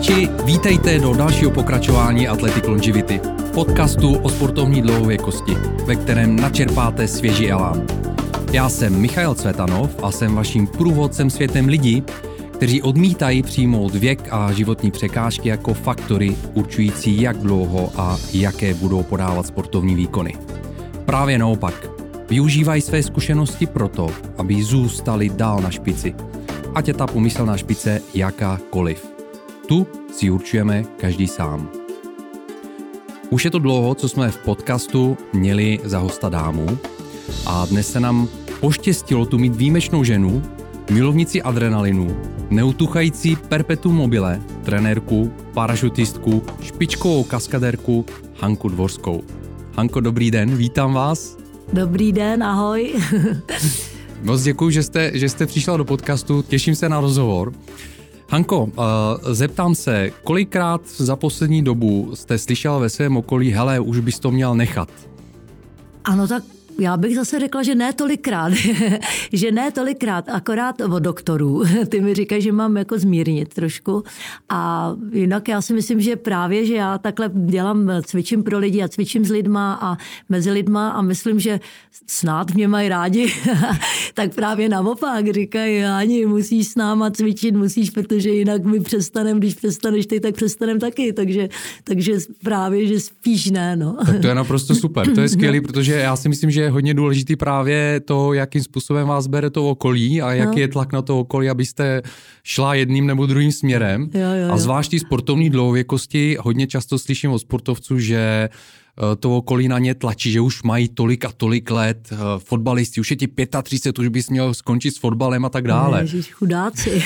posluchači, vítejte do dalšího pokračování Athletic Longevity, podcastu o sportovní dlouhověkosti, ve kterém načerpáte svěží elán. Já jsem Michael Cvetanov a jsem vaším průvodcem světem lidí, kteří odmítají přijmout věk a životní překážky jako faktory určující, jak dlouho a jaké budou podávat sportovní výkony. Právě naopak, využívají své zkušenosti proto, aby zůstali dál na špici. Ať je ta pomyslná špice jakákoliv. Tu si určujeme každý sám. Už je to dlouho, co jsme v podcastu měli za hosta dámu a dnes se nám poštěstilo tu mít výjimečnou ženu, milovnici adrenalinu, neutuchající perpetuum mobile, trenérku, parašutistku, špičkovou kaskadérku Hanku Dvorskou. Hanko, dobrý den, vítám vás. Dobrý den, ahoj. Moc děkuji, že jste přišla do podcastu, těším se na rozhovor. Hanko, zeptám se, kolikrát za poslední dobu jste slyšela ve svém okolí, hele, už bys to měl nechat? Ano, tak já bych zase řekla, že ne tolikrát, akorát od doktorů. Ty mi říkají, že mám jako zmírnit trošku. A jinak já si myslím, že právě, že já takhle cvičím pro lidi a cvičím s lidma a mezi lidma a myslím, že snad mě mají rádi. Tak právě naopak říkají, Ani, musíš s náma cvičit, protože jinak my přestaneme, když přestaneš ty, tak přestaneme taky. Takže právě, že spíš ne, no. Tak to je naprosto super, to je skvělý, protože já si myslím, že je hodně důležitý právě to, jakým způsobem vás bere to okolí a jaký je tlak na to okolí, abyste šla jedním nebo druhým směrem. Jo. A zvlášť ty sportovní dlouhověkosti hodně často slyším od sportovců, že to okolí na ně tlačí, že už mají tolik a tolik let, fotbalisti, už je ti 35, už bys měl skončit s fotbalem a tak dále. Ježiš, chudáci.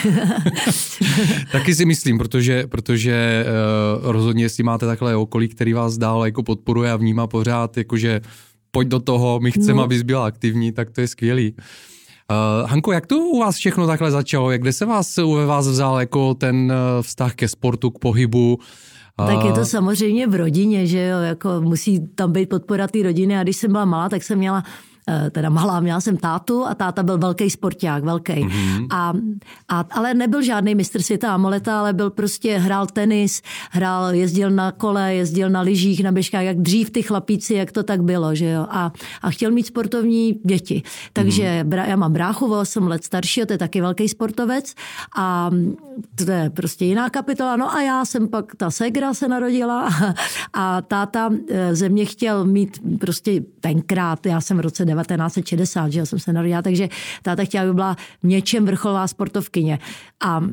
Taky si myslím, protože rozhodně jestli máte takhle okolí, který vás dál jako podporuje a vnímá pořád, jakože pojď do toho, my chceme, abys byla aktivní, tak to je skvělý. Hanko, jak to u vás všechno takhle začalo? Kde se ve vás vzal jako ten vztah ke sportu, k pohybu? Tak je to samozřejmě v rodině, že jo, jako musí tam být podpora té rodiny a když jsem byla malá, tak jsem měla měla jsem tátu a táta byl velký sporták, velký. Mm-hmm. Ale nebyl žádný mistr světa amoleta, ale byl prostě, hrál tenis, jezdil na kole, jezdil na lyžích, na běžkách, jak dřív ty chlapíci, jak to tak bylo, že jo. A chtěl mít sportovní děti. Takže já mám bráchu o 8 let staršího, to je taky velký sportovec a to je prostě jiná kapitola. No a já jsem pak, ta ségra se narodila a táta ze mě chtěl mít prostě tenkrát, já jsem v roce 1960, že jsem se narodila, takže táta chtěla, aby byla v něčem vrcholová sportovkyně. A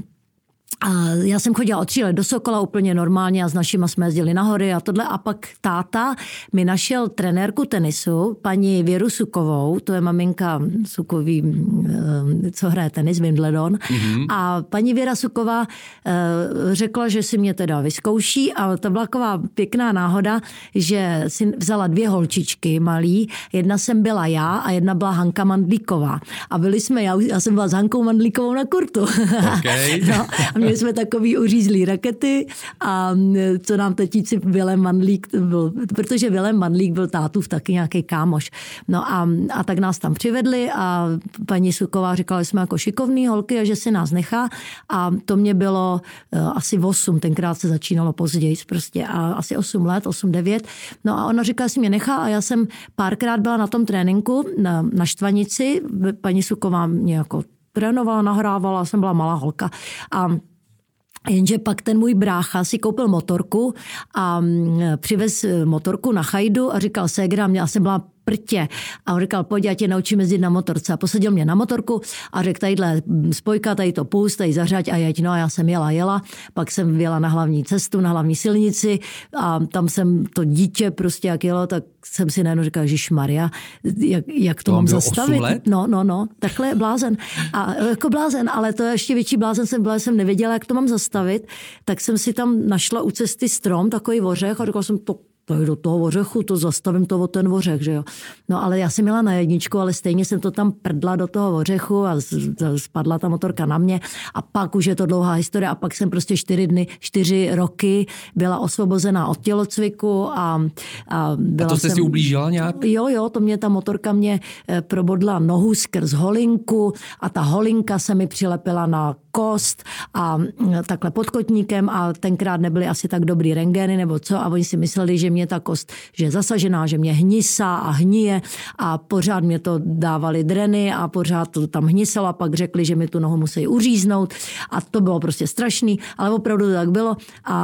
já jsem chodila od 3 let do Sokola úplně normálně a s našima jsme jezdili na hory a tohle. A pak táta mi našel trenérku tenisu, paní Věru Sukovou, to je maminka Sukový, co hraje tenis, Wimbledon. Mm-hmm. A paní Věra Suková řekla, že si mě teda vyzkouší a to byla taková pěkná náhoda, že si vzala 2 holčičky malý, jedna jsem byla já a jedna byla Hanka Mandlíková. A byli jsme, já jsem byla s Hankou Mandlíkovou na kurtu. Okay. No, a měli jsme takový uřízlý rakety a co nám tatíci Vilém Mandlík byl, protože Vilém Mandlík byl tátův taky nějaký kámoš. No a tak nás tam přivedli a paní Suková říkala, že jsme jako šikovný holky a že si nás nechá a to mě bylo asi 8, tenkrát se začínalo později prostě a asi 8 let, 8-9. No a ona říkala, že si mě nechá a já jsem párkrát byla na tom tréninku na Štvanici, paní Suková mě jako trénovala, nahrávala, jsem byla malá holka a jenže pak ten můj brácha si koupil motorku a přivez motorku na chajdu a říkal ségra, já jsem byla prtě. A on říkal, pojď, já tě naučím jezdit na motorce. A posadil mě na motorku a řekl, tadyhle spojka, tady to pust, tady zařať a jeď. No a já jsem jela. Pak jsem jela na hlavní cestu, na hlavní silnici a tam jsem to dítě prostě jak jelo, tak jsem si najednou říkal, Ježišmarja, jak to mám zastavit? 8 let? No, takhle blázen. A jako blázen, ale to ještě větší blázen jsem nevěděla, jak to mám zastavit, tak jsem si tam našla u cesty strom, takový ořech a říkala jsem, to do toho ořechu, to zastavím to o ten ořech, že jo. No ale já jsem měla na 1, ale stejně jsem to tam prdla do toho ořechu a spadla ta motorka na mě a pak už je to dlouhá historie a pak jsem prostě 4 roky byla osvobozená od tělocviku a to jste si ublížila nějak? Jo, ta motorka mě probodla nohu skrz holinku a ta holinka se mi přilepila na kost a takhle pod kotníkem a tenkrát nebyly asi tak dobrý rentgeny nebo co a oni si mysleli, že mě ta kost, že je zasažená, že mě hnisá a hnije a pořád mě to dávali dreny a pořád to tam hniselo a pak řekli, že mi tu nohu musí uříznout a to bylo prostě strašný, ale opravdu to tak bylo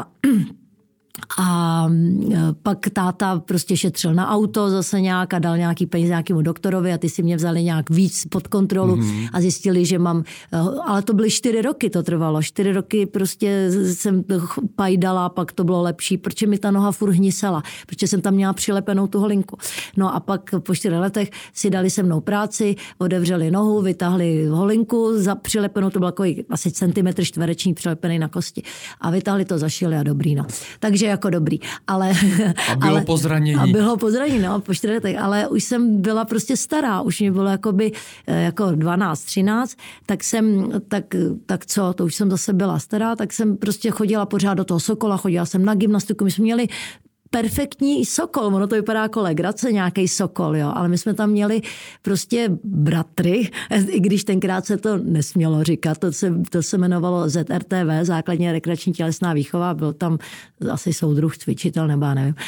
a pak táta prostě šetřil na auto zase nějak a dal nějaký peníze nějakému doktorovi a ty si mě vzali nějak víc pod kontrolu a zjistili, že mám, ale to byly 4 roky to trvalo, 4 roky prostě jsem pajdala, pak to bylo lepší, protože mi ta noha furt hnisela, protože jsem tam měla přilepenou tu holinku. No a pak po 4 letech si dali se mnou práci, otevřeli nohu, vytáhli holinku, přilepenou, to bylo asi centimetr čtvereční přilepený na kosti a vytáhli to, zašili a dobrý, no. Takže jako dobrý, ale... A bylo po zranění. A bylo po zranění, no, po 4 letech, ale už jsem byla prostě stará, už mě bylo jakoby jako 12, 13, tak co, to už jsem zase byla stará, tak jsem prostě chodila pořád do toho Sokola, chodila jsem na gymnastiku, my jsme měli perfektní Sokol, ono to vypadá jako legrace, nějaký Sokol, jo, ale my jsme tam měli prostě bratry, i když tenkrát se to nesmělo říkat, to se jmenovalo ZRTV, základní rekreační tělesná výchova, byl tam asi soudruh, cvičitel, nebo já nevím,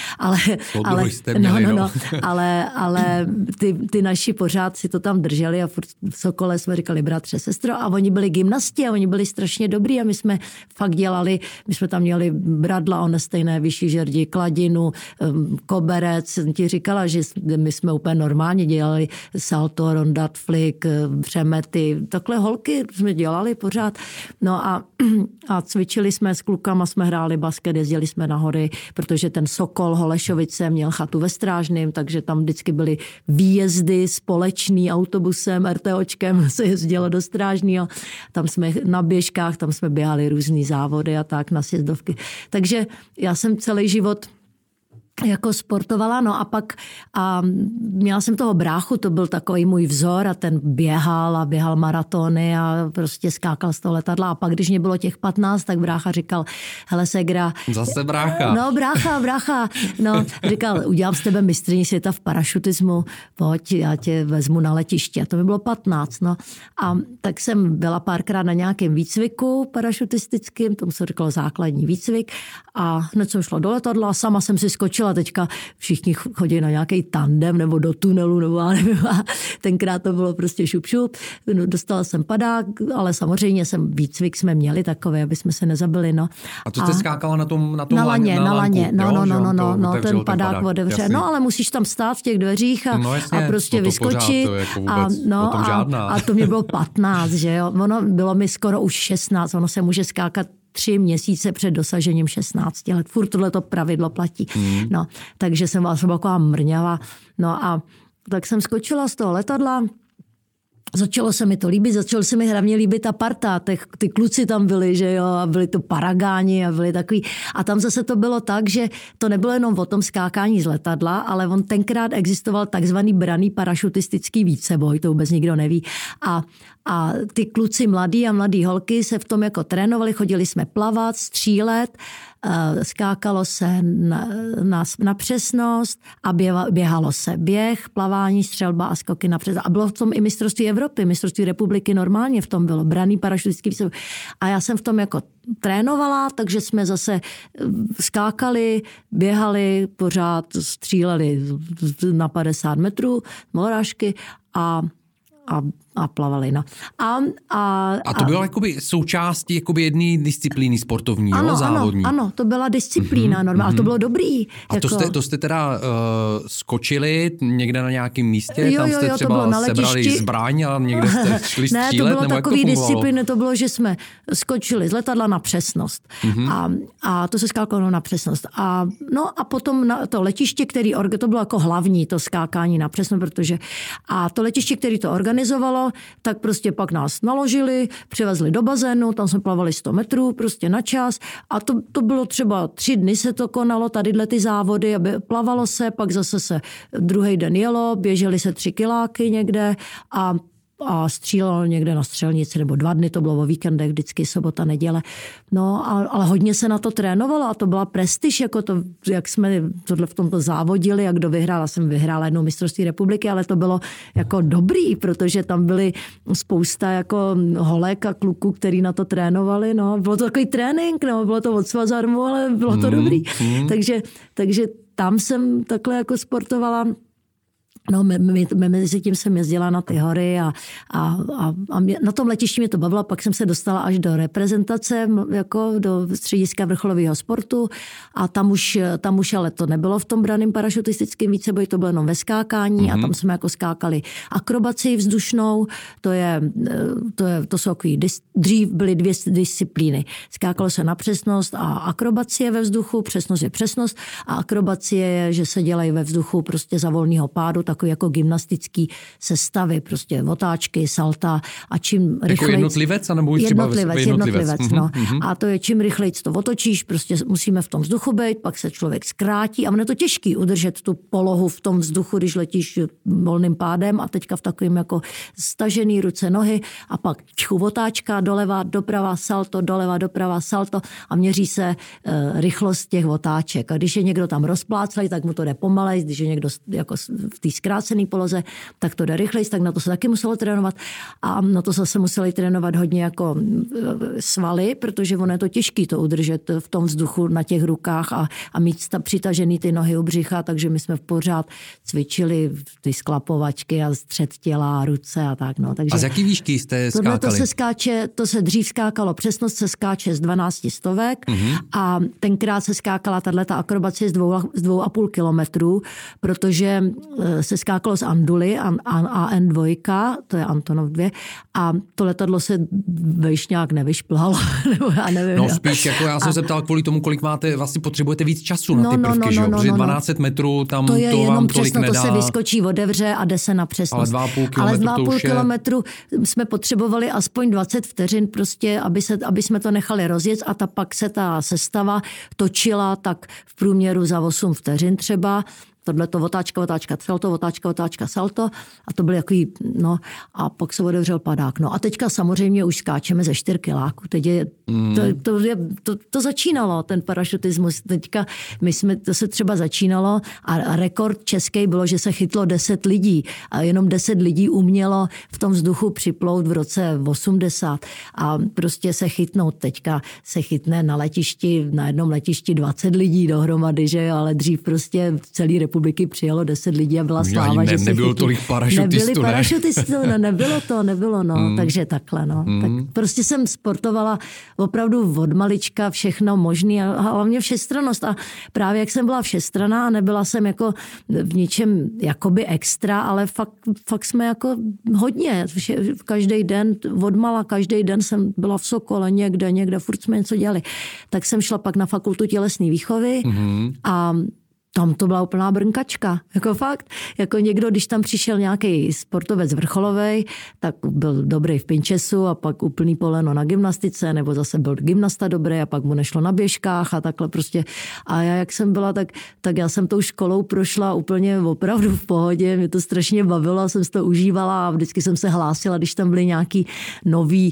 ale ty naši pořád si to tam drželi a furt v Sokole jsme říkali bratře, sestro a oni byli gymnasti a oni byli strašně dobrý a my jsme fakt dělali, my jsme tam měli bradla, one stejné vyšší žerdi, kladinu, koberec, jsem ti říkala, že my jsme úplně normálně dělali salto, rondat, flik, přemety, takhle holky jsme dělali pořád. No a cvičili jsme s klukama, jsme hráli basket, jezdili jsme na hory, protože ten Sokol Holešovice měl chatu ve Strážném, takže tam vždycky byly výjezdy společný autobusem, RTOčkem se jezdilo do Strážného. Tam jsme na běžkách, tam jsme běhali různý závody a tak na sjezdovky. Takže já jsem celý život jako sportovala, no a pak měla jsem toho bráchu, to byl takový můj vzor a ten běhal maratony a prostě skákal z toho letadla a pak, když mě bylo těch 15, tak brácha říkal, hele segra. Zase brácha. No brácha. No, říkal, udělám z tebe mistryni světa v parašutismu, pojď, já tě vezmu na letiště. A to mi bylo 15, no. A tak jsem byla párkrát na nějakém výcviku parašutistickým, tomu se říkalo základní výcvik a hned jsem šla do letadla a sama jsem si skočila. Teďka všichni chodí na nějaký tandem nebo do tunelu, nebo já nevím. A tenkrát to bylo prostě šup. Dostala jsem padák, ale samozřejmě výcvik jsme měli takové, aby jsme se nezabili. No. A to jste skákala na tom na laně. No, ten padák otevře. Jasný. No, ale musíš tam stát v těch dveřích a prostě vyskočit. A to mě bylo 15, že jo. Ono bylo mi skoro už 16, ono se může skákat 3 měsíce před dosažením 16 let. Furt tohleto pravidlo platí. No, takže jsem byla taková mrňava. No a tak jsem skočila z toho letadla. Začalo se mi to líbit, začalo se mi hlavně líbit ta parta, ty kluci tam byli, že jo, a byli to paragáni a byli takový. A tam zase to bylo tak, že to nebylo jenom o tom skákání z letadla, ale on tenkrát existoval takzvaný braný parašutistický víceboj, to vůbec nikdo neví. A ty kluci mladí a mladý holky se v tom jako trénovali, chodili jsme plavat, střílet, skákalo se na přesnost a běhalo se běh, plavání, střelba a skoky na přesnost. A bylo v tom i mistrovství Evropy, mistrovství republiky normálně v tom bylo, braný parašutistický víceboj. A já jsem v tom jako trénovala, takže jsme zase skákali, běhali, pořád stříleli na 50 metrů, morážky a plavali. No. A to bylo jakoby součástí jakoby jedné disciplíny sportovní, závodní. Ano, to byla disciplína normálně, ale to bylo dobrý. A jako... to jste teda skočili někde na nějakém místě? Tam jste třeba sebrali zbraň a někde jste šli střílet? Ne, to bylo takový disciplíny, to bylo, že jsme skočili z letadla na přesnost. A to se skákalo na přesnost. A potom na to letiště, to bylo jako hlavní to skákání na přesnost, protože a to letiště, který to organizovalo, tak prostě pak nás naložili, přivezli do bazénu, tam jsme plavali 100 metrů prostě na čas a to bylo třeba 3 dny se to konalo, tadyhle ty závody, aby plavalo se, pak zase se druhý den jelo, běželi se 3 kiláky někde a a střílelo někde na střelnici, nebo 2 dny, to bylo o víkendech, vždycky sobota, neděle. No, ale hodně se na to trénovalo a to byla prestiž, jako to, jak jsme tohle v tomto závodili, jak kdo vyhrál. Já jsem vyhrála jednou mistrovství republiky, ale to bylo jako dobrý, protože tam byly spousta jako holek a kluků, který na to trénovali. No. Bylo to takový trénink, no, bylo to od svazarmu, ale bylo to dobrý. Takže tam jsem takhle jako sportovala. No, mezi tím jsem jezdila na ty hory a na tom letišti mě to bavilo, pak jsem se dostala až do reprezentace, jako do střediska vrcholového sportu a tam už ale to nebylo v tom braným parašutistickém víceboji, to bylo jenom ve skákání a tam jsme jako skákali akrobaci vzdušnou, to jsou takový, dřív byly 2 disciplíny. Skákalo se na přesnost a akrobacie ve vzduchu, přesnost je přesnost a akrobacie je, že se dělají ve vzduchu prostě za volného pádu, takový jako gymnastický sestavy, prostě otáčky, salta a čím rychleji... Jako jednotlivec? Anebo jednotlivec, no. A to je čím rychleji to otočíš, prostě musíme v tom vzduchu být, pak se člověk zkrátí a ono je to těžký udržet tu polohu v tom vzduchu, když letíš volným pádem a teďka v takovým jako stažený ruce, nohy a pak otáčka, doleva, doprava, salto, doleva, doprava, salto a měří se rychlost těch otáček. A když je někdo tam rozpláclej, tak mu to jde pomalej, když je někdo jako v té zkrácené poloze, tak to jde rychleji, tak na to se taky muselo trénovat. A na to zase museli trénovat hodně jako svaly, protože ono je to těžké to udržet v tom vzduchu na těch rukách a mít přitažený ty nohy u břicha, takže my jsme pořád cvičili ty sklapovačky a střed těla, ruce a tak. No. Takže a z jaký výšky jste skákali? To se dřív skákalo, přesnost se skáče z 12 stovek a tenkrát se skákala tato akrobacie z 2,5 kilometrů, protože se skákalo z Anduly, AN2, to je Antonov 2, a to letadlo se vejš nějak nevyšplhalo. Nebo já nevím. No spíš, jako já jsem se ptal kvůli tomu, kolik máte, vlastně potřebujete víc času na ty prvky, že jo? Protože 12 metrů, tam to vám tolik nedá. To se vyskočí, otevře a jde se na přesnost. Ale 2,5 kilometru jsme potřebovali aspoň 20 vteřin prostě, aby jsme to nechali rozjet a pak se ta sestava točila tak v průměru za 8 vteřin třeba. Tohle to otáčka, salto a to byl jaký, no a pak se otevřel padák. No a teďka samozřejmě už skáčeme ze 4 kiláků. Teď je, to začínalo, ten parašutismus. Teďka to se třeba začínalo a rekord český bylo, že se chytlo 10 lidí a jenom 10 lidí umělo v tom vzduchu připlout v roce 80 a prostě se chytnout. Teďka se chytne na jednom letišti 20 lidí dohromady, že jo, ale dřív prostě v celý republiky přijelo 10 lidí a byla sláva, že se nebylo tolik parašutistů, nebyli parašutistů, no, nebylo, no, takže takhle, no. Tak prostě jsem sportovala opravdu od malička všechno možný a hlavně všestrannost a právě jak jsem byla všestranná a nebyla jsem jako v ničem jakoby extra, ale fakt jsme jako hodně, každý den, odmala každý den jsem byla v Sokole, někde, furt jsme něco dělali. Tak jsem šla pak na fakultu tělesné výchovy a tam to byla úplná brnkačka, jako fakt. Jako někdo, když tam přišel nějaký sportovec vrcholovej, tak byl dobrý v pinčesu a pak úplný poleno na gymnastice, nebo zase byl gymnasta dobrý a pak mu nešlo na běžkách a takhle prostě. A já, jak jsem byla, tak já jsem tou školou prošla úplně opravdu v pohodě, mě to strašně bavilo, jsem si to užívala a vždycky jsem se hlásila, když tam byly nějaký nový,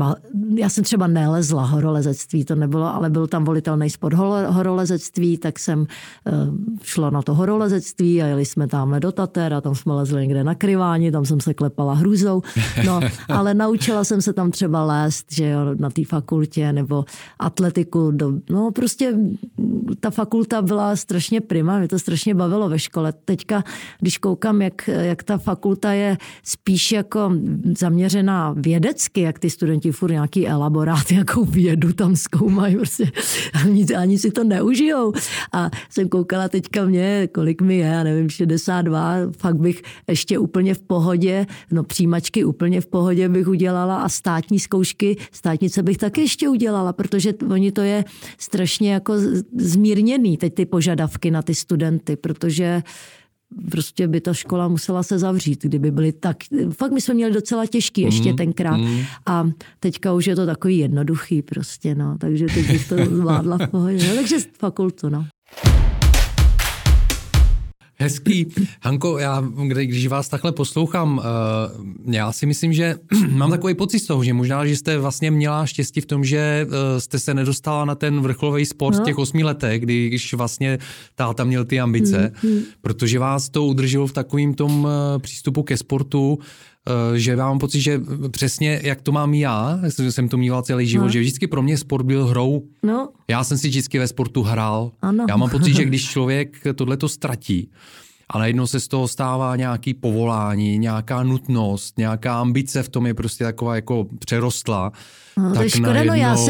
já jsem třeba nelezla horolezectví, to nebylo, ale byl tam volitelný sport horolezectví, tak jsem šla na to horolezectví a jeli jsme tamhle do Tater a tam jsme lezli někde na Kryváni, tam jsem se klepala hrůzou. No, ale naučila jsem se tam třeba lézt, že jo, na té fakultě nebo atletiku. No prostě ta fakulta byla strašně prima, mě to strašně bavilo ve škole. Teďka, když koukám, jak ta fakulta je spíš jako zaměřená vědecky, jak ty studenti furt nějaký elaborát, nějakou vědu tam zkoumají, prostě ani si to neužijou. A jsem koukala teďka kolik mi je, já nevím, 62, fakt bych ještě úplně v pohodě, no přijímačky úplně v pohodě bych udělala a státnice bych taky ještě udělala, protože oni to je strašně jako zmírněný, teď ty požadavky na ty studenty, protože prostě by ta škola musela se zavřít, kdyby byly tak... Fakt my jsme měli docela těžký ještě tenkrát a teďka už je to takový jednoduchý prostě, no, takže teď bych to zvládla v pohodě. No, takže fakultu, no. Hezký. Hanko, když vás takhle poslouchám, já si myslím, že mám takový pocit z toho, že možná, že jste vlastně měla štěstí v tom, že jste se nedostala na ten vrcholový sport v těch 8 letech, když vlastně táta měl ty ambice, protože vás to udrželo v takovým tom přístupu ke sportu, že mám pocit, že přesně jak to mám já, jsem to mýval celý život, že vždycky pro mě sport byl hrou. No. Já jsem si vždycky ve sportu hrál. Ano. Já mám pocit, že když člověk tohleto ztratí a najednou se z toho stává nějaký povolání, nějaká nutnost, nějaká ambice v tom je prostě taková jako přerostla. No, to je škoda,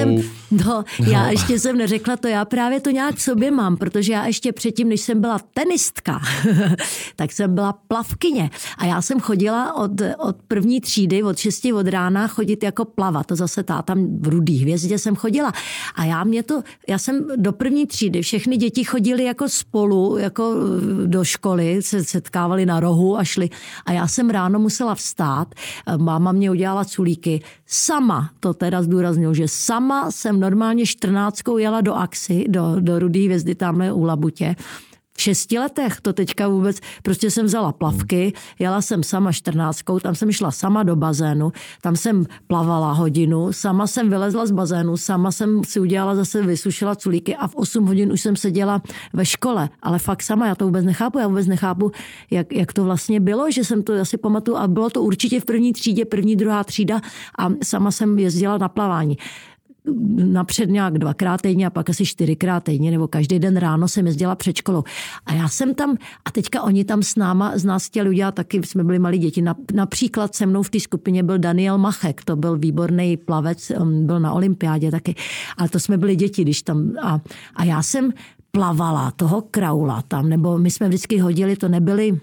já ještě jsem neřekla to, já právě to nějak v sobě mám, protože já ještě předtím, než jsem byla tenistka, tak jsem byla plavkyně a já jsem chodila od první třídy, od 6 od rána chodit jako plavat, to zase tam v Rudý hvězdě jsem chodila a já jsem do první třídy, všechny děti chodily jako spolu, jako do školy, se setkávali na rohu a šli a já jsem ráno musela vstát, máma mě udělala culíky, sama to teda zdůraznil, že sama jsem normálně 14 jela do Axy, do Rudý hvězdy, tamhle u Labutě. V 6 letech to teďka vůbec, prostě jsem vzala plavky, jela jsem sama 14, tam jsem šla sama do bazénu, tam jsem plavala hodinu, sama jsem vylezla z bazénu, sama jsem si udělala zase, vysušila culíky a v 8 hodin už jsem seděla ve škole, ale fakt sama, já to vůbec nechápu, jak to vlastně bylo, že jsem to asi pamatuju a bylo to určitě v první třídě, první, druhá třída a sama jsem jezdila na plavání. Napřed nějak 2krát týdně a pak asi 4krát týdně, nebo každý den ráno jsem jezdila před školou. A já jsem tam, a teďka oni tam z nás chtěli udělat taky, jsme byli malí děti. Například se mnou v té skupině byl Daniel Machek, to byl výborný plavec, byl na olympiádě taky. Ale to jsme byli děti, když tam, a já jsem plavala toho kraula tam, nebo my jsme vždycky hodili, to nebyly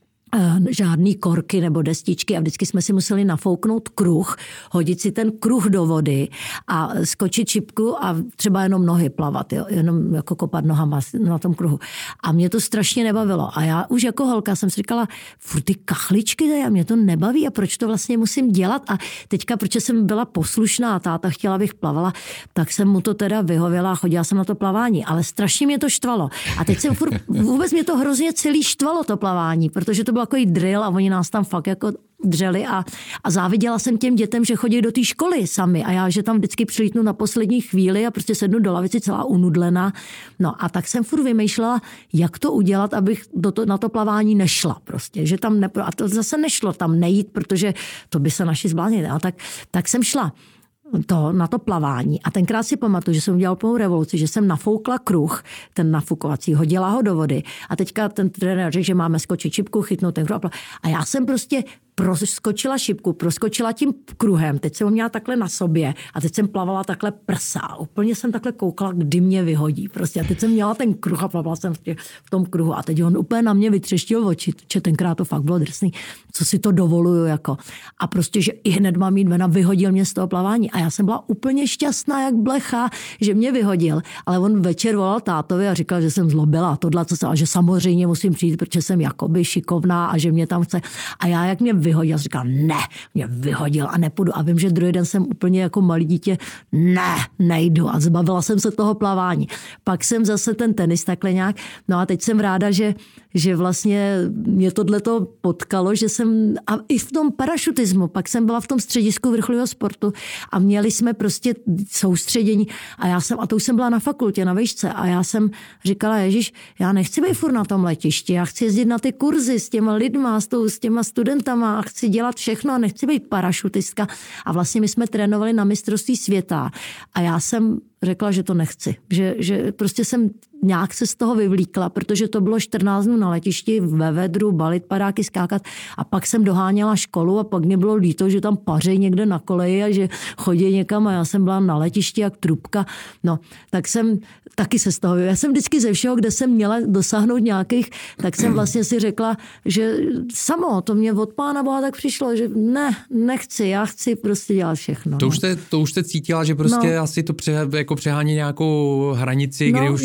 žádný korky nebo destičky a vždycky jsme si museli nafouknout kruh, hodit si ten kruh do vody a skočit šipku a třeba jenom nohy plavat, jo? Jenom jako kopat nohama na tom kruhu. A mě to strašně nebavilo. A já už jako holka jsem si říkala, furt ty kachličky, a mě to nebaví a proč to vlastně musím dělat? A teďka, protože jsem byla poslušná a táta chtěla, abych plavala, tak jsem mu to teda vyhověla a chodila jsem na to plavání. Ale strašně mě to štvalo. A teď jsem vůbec mě to hrozně celý štvalo to plavání, protože to byl takový drill a oni nás tam fakt jako dřeli a záviděla jsem těm dětem, že chodí do té školy sami a já, že tam vždycky přilítnu na poslední chvíli a prostě sednu do lavici celá unudlená. No a tak jsem furt vymýšlela, jak to udělat, abych na to plavání nešla prostě, že tam a to zase nešlo tam nejít, protože to by se naši zbláznili. A tak jsem šla na to plavání. A tenkrát si pamatuju, že jsem udělal plnou revoluci, že jsem nafoukla kruh, ten nafukovací, hodila ho do vody a teďka ten trenér řekl, že máme skočit šipku, chytnout ten kruh a já jsem prostě proskočila šipku, proskočila tím kruhem, teď jsem ho měla takhle na sobě a teď jsem plavala takhle prsa. Úplně jsem takhle koukala, kdy mě vyhodí. Prostě a teď jsem měla ten kruh a plavala jsem v tom kruhu a teď on úplně na mě vytřeštil oči, že tenkrát to fakt bylo drsný, co si to dovoluju jako. A prostě, že i hned mám jít ven a vyhodil mě z toho plavání a já jsem byla úplně šťastná jak blecha, že mě vyhodil, ale on večer volal tátovi a říkal, že jsem zlobila tohle, a že samozřejmě musím přijít, protože jsem jakoby šikovná a že mě tam chce. A já jak mě vyhodil, říkal, ne, mě vyhodil a nepůjdu. A vím, že druhý den jsem úplně jako malý dítě, nejdu a zbavila jsem se toho plavání. Pak jsem zase ten tenis takhle nějak, no a teď jsem ráda, že vlastně mě tohleto potkalo, že jsem, a i v tom parašutismu, pak jsem byla v tom středisku vrcholového sportu a měli jsme prostě soustředění a to už jsem byla na fakultě, na výšce a já jsem říkala, Ježíš, já nechci být furt na tom letišti, já chci jezdit na ty kurzy s těma lidma, s těma studentama a chci dělat všechno a nechci být parašutistka. A vlastně my jsme trénovali na mistrovství světa a já jsem řekla, že to nechci. Že prostě jsem nějak se z toho vyvlíkla, protože to bylo 14 dnů na letišti ve vedru, balit, padáky, skákat a pak jsem doháněla školu a pak mě bylo líto, že tam pařejí někde na koleji a že chodí někam a já jsem byla na letišti jak trubka. No, tak jsem taky se z toho, já jsem vždycky ze všeho, kde jsem měla dosáhnout nějakých, tak jsem vlastně si řekla, že samo, to mě od Pána Boha tak přišlo, že nechci, já chci prostě dělat všechno. To už jste cítila, že prostě asi to přehání nějakou hranici, kdy už to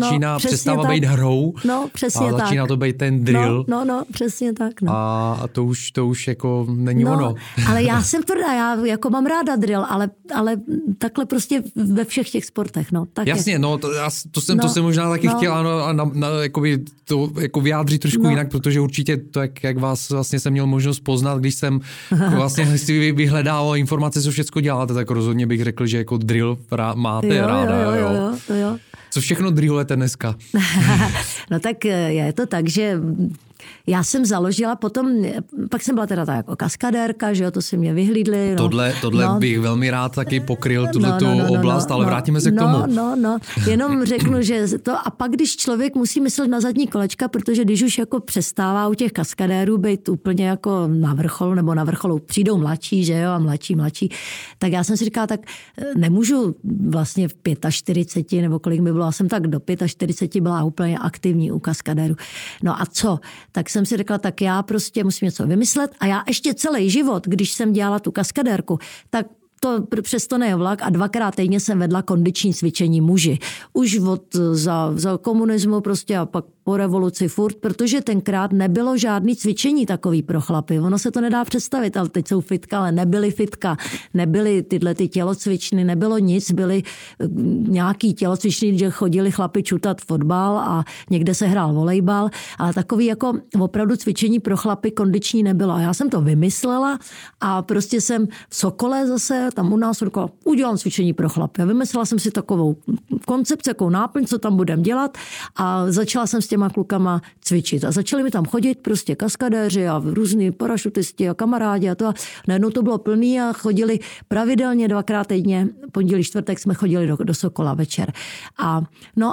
přestává být hrou a začíná to být ten drill. No, přesně tak. No. A to už jako není ono. Ale já jsem tvrdá, já jako mám ráda drill, ale takhle prostě ve všech těch sportech. No, tak jasně, to jsem možná taky chtěla jakoby to jako vyjádřit trošku jinak, protože určitě to, jak vás vlastně jsem měl možnost poznat, když jsem vlastně si vyhledával informace, co všechno děláte, tak rozhodně bych řekl, že jako drill máte ráda. Jo. Co všechno drillujete dneska? No tak je to tak, že já jsem založila potom, pak jsem byla teda tak jako kaskadérka, že jo, to si mě vyhlídli. Tohle bych velmi rád taky pokryl, tu oblast, ale vrátíme se k tomu. Jenom řeknu, že to a pak, když člověk musí myslet na zadní kolečka, protože když už jako přestává u těch kaskadérů být úplně jako na vrcholu přijdou mladší, že jo, a mladší, tak já jsem si říkala, tak nemůžu vlastně v 45, nebo kolik mi bylo, já jsem tak do 45 byla úplně aktivní u kaskadérů. No a co? Tak jsem si řekla, tak já prostě musím něco vymyslet a já ještě celý život, když jsem dělala tu kaskadérku, tak to přes to vlak a 2krát týdně jsem vedla kondiční cvičení muži. Už za komunismu prostě a pak po revoluci furt, protože tenkrát nebylo žádný cvičení takový pro chlapy. Ono se to nedá představit, ale teď jsou fitka, ale nebyly fitka, nebyly tyhle ty tělocvičny, nebylo nic, byly nějaký tělocvičny, kde chodili chlapi čutat fotbal a někde se hrál volejbal, ale takový jako opravdu cvičení pro chlapy kondiční nebylo. A já jsem to vymyslela a prostě jsem v Sokole zase, tam u nás říkala, udělám cvičení pro chlapy. A vymyslela jsem si takovou koncepci, takovou náplň, co tam budem dělat a začala jsem s těma klukama cvičit. A začali mi tam chodit prostě kaskadéři a různí parašutisti a kamarádi a to. A najednou to bylo plný a chodili pravidelně 2krát týdně, pondělí, čtvrtek jsme chodili do Sokola večer. A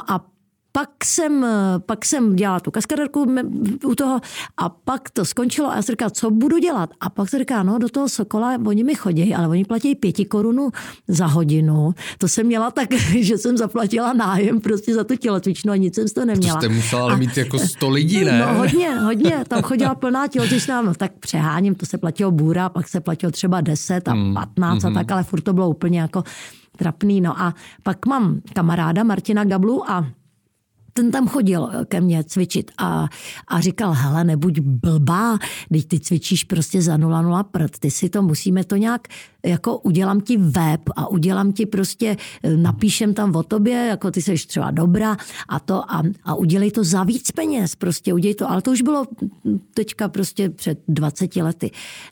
pak jsem dělala tu kaskadérku u toho a pak to skončilo a já jsem říkala, co budu dělat? A pak se říká, do toho Sokola oni mi chodí, ale oni platí 5 korun za hodinu. To jsem měla tak, že jsem zaplatila nájem prostě za tu tělocvičnu a nic jsem z toho neměla. To jste musela mít jako 100 lidí, ne? No hodně. Tam chodila plná tělocvična, no tak přeháním, to se platilo bůra, pak se platilo třeba 10 a 15 a tak, ale furt to bylo úplně jako trapný. No a pak mám kamaráda Martina Gablu a ten tam chodil ke mně cvičit a říkal, hele, nebuď blbá, když ty cvičíš prostě za 0,0 prd, ty si to musíme to nějak, jako udělám ti web a udělám ti prostě, napíšem tam o tobě, jako ty seš třeba dobrá a udělej to za víc peněz, prostě udělej to, ale to už bylo teďka prostě před 20 lety,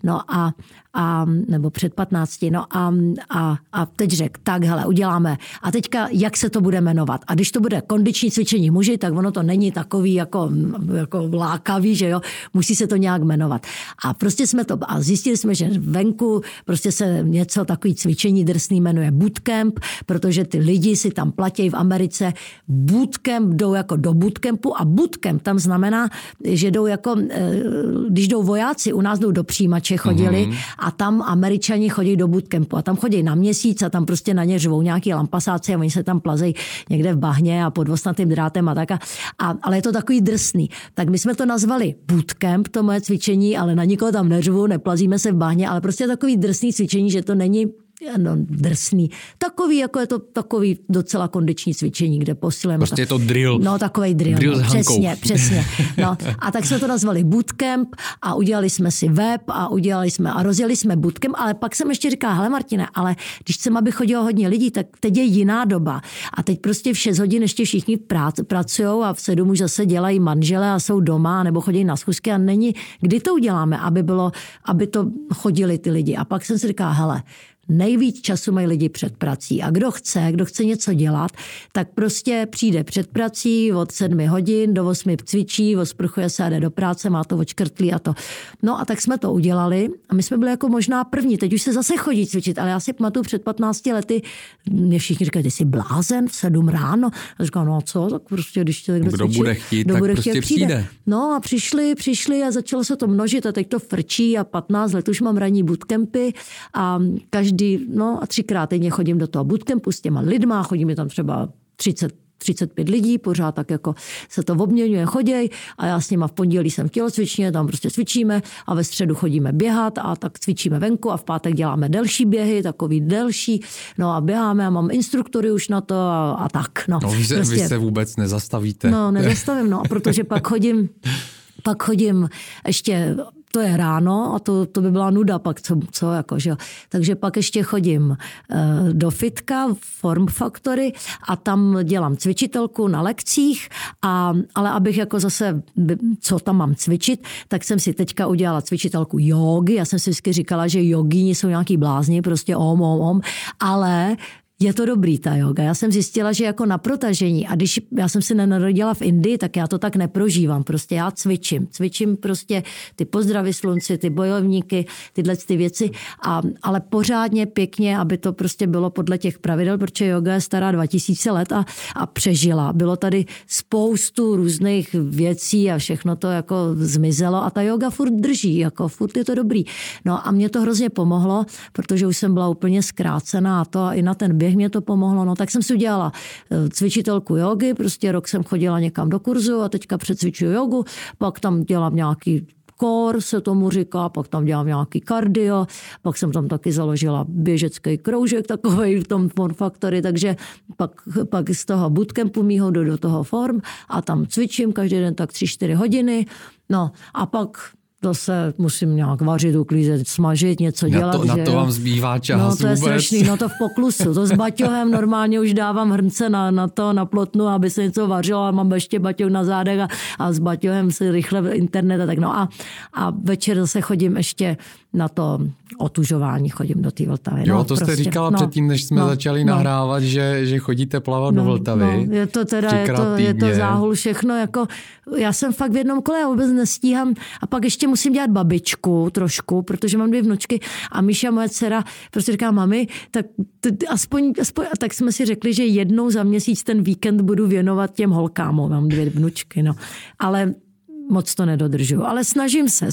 nebo před 15, a teď řekl, tak hele, uděláme. A teďka, jak se to bude jmenovat? A když to bude kondiční cvičení muži, tak ono to není takový jako lákavý, že jo, musí se to nějak jmenovat. A prostě a zjistili jsme, že venku prostě se něco takový cvičení drsný jmenuje bootcamp, protože ty lidi si tam platí v Americe bootcamp, jdou jako do bootcampu a bootcamp tam znamená, že jdou jako, když jdou vojáci, u nás jdou do přijímače, chodili a tam Američani chodí do bootcampu a tam chodí na měsíc a tam prostě na ně řvou nějaký lampasáci a oni se tam plazejí někde v bahně a pod ostnatým drátem a tak. Ale je to takový drsný. Tak my jsme to nazvali bootcamp, to moje cvičení, ale na nikoho tam neřvu, neplazíme se v bahně, ale prostě takový drsný cvičení, že to není drsný. Takový, jako je to takový docela kondiční cvičení, kde posilujeme. Prostě je to drill. No, takovej drill. Drill s Hankou. Přesně. No, a tak jsme to nazvali bootcamp a udělali jsme si web a rozjeli jsme bootcamp, ale pak jsem ještě říkala, hele Martine, ale když chcem, aby chodilo hodně lidí, tak teď je jiná doba. A teď prostě v 6 hodin ještě všichni pracujou a v 7 už zase dělají manžele a jsou doma nebo chodí na schůzky a není, kdy to uděláme, aby to chodili ty lidi. A pak jsem si říkala, hele, nejvíc času mají lidi před prací a kdo chce něco dělat, tak prostě přijde před prací od 7 hodin do 8 cvičí, osprchuje se a jde do práce, má to odškrtlí a to. No a tak jsme to udělali a my jsme byli jako možná první, teď už se zase chodí cvičit, ale já si pamatuju před 15 lety, mě všichni říkají, ty jsi blázen v 7 ráno. A říkám, no a co, tak prostě když to někdo cvičí, bude chtít, tak prostě přijde. No a přišli a začalo se to množit a teď to frčí a 15 let už mám ranní bootcampy a a 3krát týdně chodím do toho bootcampu s těma lidma, chodí mi tam třeba 30 35 lidí, pořád tak jako se to obměňuje, choděj a já s nima v pondělí jsem v tělocvičně, tam prostě cvičíme a ve středu chodíme běhat a tak cvičíme venku a v pátek děláme delší běhy, takový delší, no a běháme a mám instruktory už na to a tak. No, vy se vůbec nezastavíte. No, nezastavím, no, a protože pak chodím ještě, to je ráno a to by byla nuda pak, co jako, že jo. Takže pak ještě chodím do fitka, Form Factory a tam dělám cvičitelku na lekcích, ale abych jako zase, co tam mám cvičit, tak jsem si teďka udělala cvičitelku jógy. Já jsem si vždycky říkala, že jogíni jsou nějaký blázni, prostě om, ale je to dobrý ta yoga. Já jsem zjistila, že jako na protažení a když já jsem se nenarodila v Indii, tak já to tak neprožívám. Prostě já cvičím prostě ty pozdravy slunci, ty bojovníky, tyhle ty věci, ale pořádně pěkně, aby to prostě bylo podle těch pravidel, protože yoga je stará 2000 let a přežila. Bylo tady spoustu různých věcí a všechno to jako zmizelo a ta yoga furt drží, jako furt je to dobrý. No a mě to hrozně pomohlo, protože už jsem byla úplně zkrácená a i na ten běh mě to pomohlo, no tak jsem si udělala cvičitelku jogy, prostě rok jsem chodila někam do kurzu a teďka přecvičuju jogu, pak tam dělám nějaký core, se tomu říká, pak tam dělám nějaký kardio, pak jsem tam taky založila běžecký kroužek takovej v tom Form Factory, takže pak z toho bootcampu mýho jdu do toho Form a tam cvičím každý den tak 3-4 hodiny, no a pak se musím nějak vařit, uklízet, smažit, něco dělat. Na to vám zbývá čas vůbec. No to je strašný, no to v poklusu. To s baťohem normálně už dávám hrnce na plotnu, aby se něco vařilo a mám ještě baťoh na zádech a s baťohem si rychle internet a tak. No a večer zase chodím ještě na to otužování, chodím do té Vltavy. Jo, to jste říkala předtím, než jsme začali nahrávat, že chodíte plavat do Vltavy. Je to teda, je to záhul všechno, jako já jsem fakt v jednom kole, já vůbec nestíhám a pak ještě musím dělat babičku trošku, protože mám 2 vnučky a Míša, moje dcera, prostě říká, mami, tak aspoň, a tak jsme si řekli, že jednou za měsíc ten víkend budu věnovat těm holkám, mám 2 vnučky, no. Ale moc to nedodržuju, ale snažím se.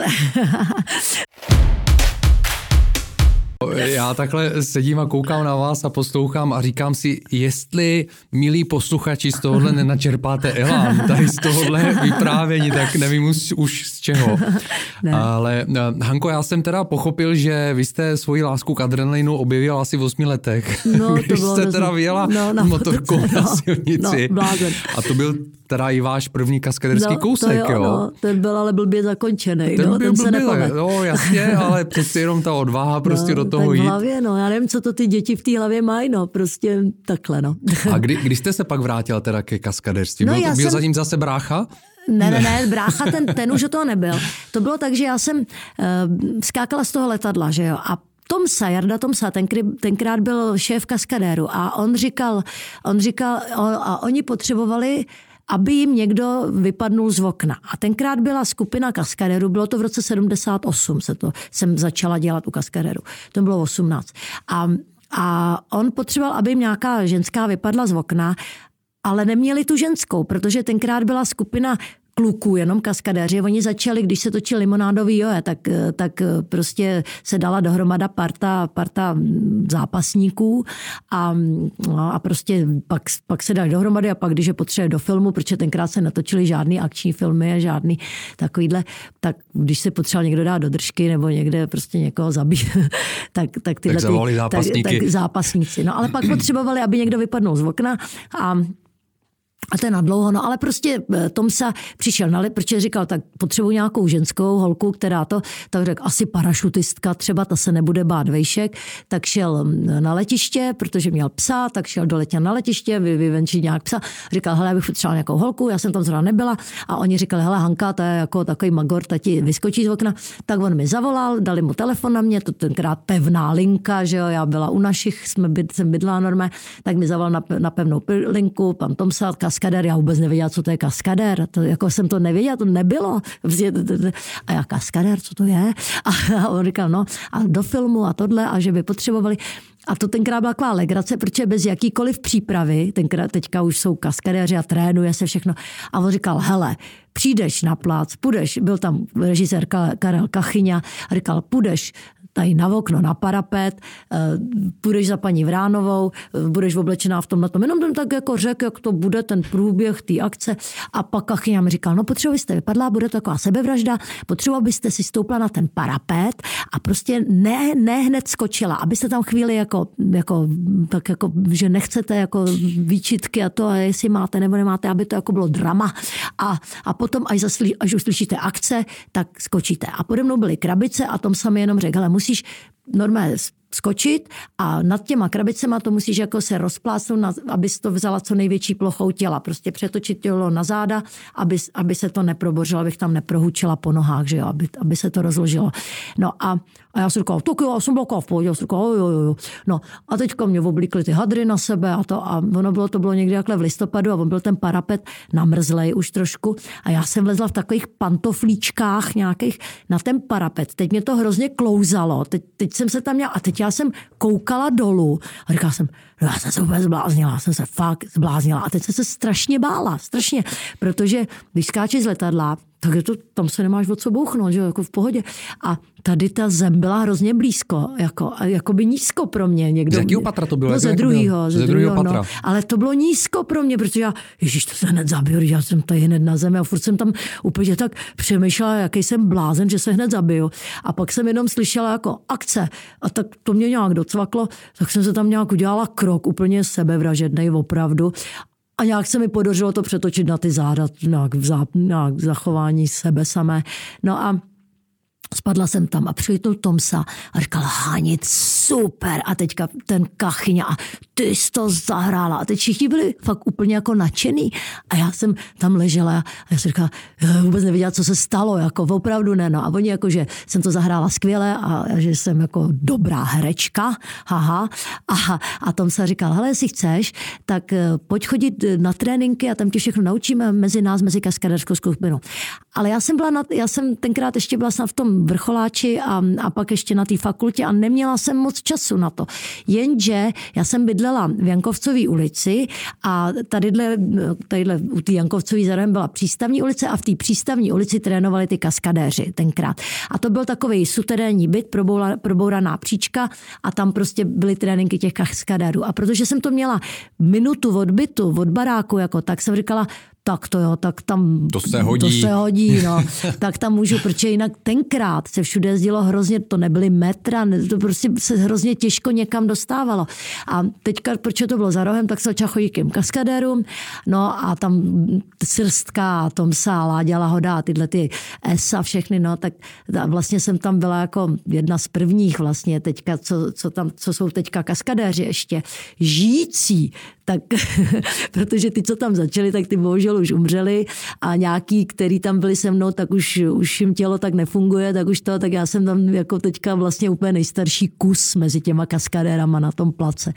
Já takhle sedím a koukám na vás a poslouchám a říkám si, jestli, milí posluchači, z tohohle nenačerpáte elán, tady z tohohle vyprávění, tak nevím už z čeho. Ne. Ale Hanko, já jsem teda pochopil, že vy jste svoji lásku k adrenalinu objevila asi v 8 letech, když jste teda vyjela motorkou na silnici. A to byl teda i váš první kaskaderský kousek, jo? No, ten byl ale blbě zakončený. Ten se nepovedl. No jasně, ale přeci jenom ta odvaha prostě do toho jít. V hlavě, no, já nevím, co to ty děti v té hlavě mají, no, prostě takhle, no. A kdy jste se pak vrátila teda ke kaskaderství? Byl zatím zase brácha? Ne, brácha, ten už o toho nebyl. To bylo tak, že já jsem skákala z toho letadla, že jo, a Jarda Tomsa, tenkrát byl šéf kaskadéru a on říkal, a oni potřebovali, aby jim někdo vypadnul z okna. A tenkrát byla skupina kaskadérů, bylo to v roce 78, jsem začala dělat u kaskadéru. To bylo 18. A on potřeboval, aby jim nějaká ženská vypadla z okna, ale neměli tu ženskou, protože tenkrát byla skupina kluků, jenom kaskadéři. Oni začali, když se točil limonádový joje, tak prostě se dala dohromada parta zápasníků a prostě pak se dali dohromady a pak, když je potřebuje do filmu, protože tenkrát se natočily žádný akční filmy a žádný takovýhle, tak když se potřeboval někdo dát do držky nebo někde prostě někoho zabít, tak zápasníci. No ale pak potřebovali, aby někdo vypadnul z okna a to je nadlouho, no ale prostě Tomsa přišel, protože říkal, tak potřebuji nějakou ženskou holku, která tak řekl, asi parašutistka, třeba ta se nebude bát vejšek, tak šel na letiště, protože měl psa, tak šel doletět na letiště, vyvenčit nějak psa, říkal, hele, já bych potřeboval nějakou holku, já jsem tam zrovna nebyla a oni říkali, hele, Hanka, to je jako takový magor, ta ti vyskočí z okna, tak on mi zavolal, dali mu telefon na mě, to tenkrát pevná linka, že jo, já byla u našich, jsem bydlela normálně, tak mi zavolal na pevnou linku, pan Tomsa, kaskadér, já vůbec nevěděla, co to je kaskadér. To, jako jsem to nevěděla, to nebylo. A já, kaskadér, co to je? A on říkal, no, a do filmu a tohle, a že by potřebovali. A to tenkrát byla taková legrace, protože bez jakýkoliv přípravy, teďka už jsou kaskadéři a trénuje se všechno. A on říkal, hele, přijdeš na plác, půjdeš, byl tam režisér Karel Kachyňa, a říkal, půjdeš tady na okno, na parapet, půjdeš za paní Vránovou, budeš oblečená v tomhletom. Jenom ten tak jako řekl, jak to bude ten průběh té akce a pak Kachyňa mi říkal, no potřebujete vypadla, bude to taková sebevražda, potřeba byste si stoupla na ten parapet a prostě ne hned skočila, abyste tam chvíli tak jako, že nechcete jako výčitky a to, a jestli máte nebo nemáte, aby to jako bylo drama a potom, až uslyšíte akce, tak skočíte. A pode mnou byly krabice a Tom sami jenom řekl, ale musíš normálně skočit a nad těma krabicema to musíš jako se rozplásnout, abys to vzala co největší plochou těla. Prostě přetočit tělo na záda, aby se to neprobořilo, abych tam neprohučila po nohách, že jo, aby se to rozložilo. No a já jsem říkala, tak jo, já jsem byla v pohodě, já jsem říkala, jo. No a teďka mě oblíkly ty hadry na sebe a to bylo někdy takhle v listopadu a on byl ten parapet namrzlej už trošku a já jsem vlezla v takových pantoflíčkách nějakých na ten parapet. Teď mě to hrozně klouzalo, teď jsem se tam měla a teď já jsem koukala dolů a říkala jsem, no já jsem se úplně zbláznila, jsem se fakt zbláznila a teď jsem se strašně bála, protože když skáčeš z letadla, tak je to, tam se nemáš od co bouchnout, že jo, jako v pohodě. A tady ta zem byla hrozně blízko, jako by nízko pro mě. Někdo, z jakého patra to bylo? No, ze druhého patra. No. Ale to bylo nízko pro mě, protože ježiš, to se hned zabiju, já jsem tady hned na zemi a furt jsem tam úplně tak přemýšlela, jaký jsem blázen, že se hned zabiju. A pak jsem jenom slyšela jako akce a tak to mě nějak docvaklo, tak jsem se tam nějak udělala krok, úplně sebevražednej opravdu. A nějak se mi podařilo to přetočit na ty záda, nějak zachování sebe samé. No a spadla jsem tam a přijel Tomsa a říkal, Hanit, super. A teďka ten Kachyňa, a ty jsi to zahrála. A teď všichni byli fakt úplně jako nadšený. A já jsem tam ležela a já jsem říkala, vůbec nevěděla, co se stalo, jako opravdu ne. No a oni jako, že jsem to zahrála skvěle a že jsem jako dobrá herečka, haha. A Tomsa říkal, hele, jestli chceš, tak pojď chodit na tréninky a tam ti všechno naučíme mezi kaskaderskou skupinou. Ale já jsem tenkrát ještě byla snad v tom vrcholáči a pak ještě na té fakultě a neměla jsem moc času na to. Jenže já jsem bydlela v Jankovcové ulici a tadyhle u té Jankovcové zároveň byla Přístavní ulice a v té Přístavní ulici trénovali ty kaskadéři tenkrát. A to byl takový suterénní byt, probouraná příčka a tam prostě byly tréninky těch kaskadérů. A protože jsem to měla minutu od bytu, od baráku, jako, tak jsem říkala, tak to jo, tak tam to se hodí, no. Tak tam můžu, protože jinak tenkrát se všude jezdilo hrozně, to nebyly metra, to prostě se hrozně těžko někam dostávalo. A teďka, protože to bylo za rohem, tak se začala chodit k těm kaskadérům, no a tam Srstka, Tomsa, Láďa Lahoda, tyhle ty ESA všechny, no, tak vlastně jsem tam byla jako jedna z prvních vlastně teďka, co jsou teďka kaskadéři ještě, žijící, tak, protože ty, co tam začali, tak ty bohužel už umřeli a nějaký, který tam byli se mnou, tak už jim tělo tak nefunguje, tak já jsem tam jako teďka vlastně úplně nejstarší kus mezi těma kaskadérama na tom place,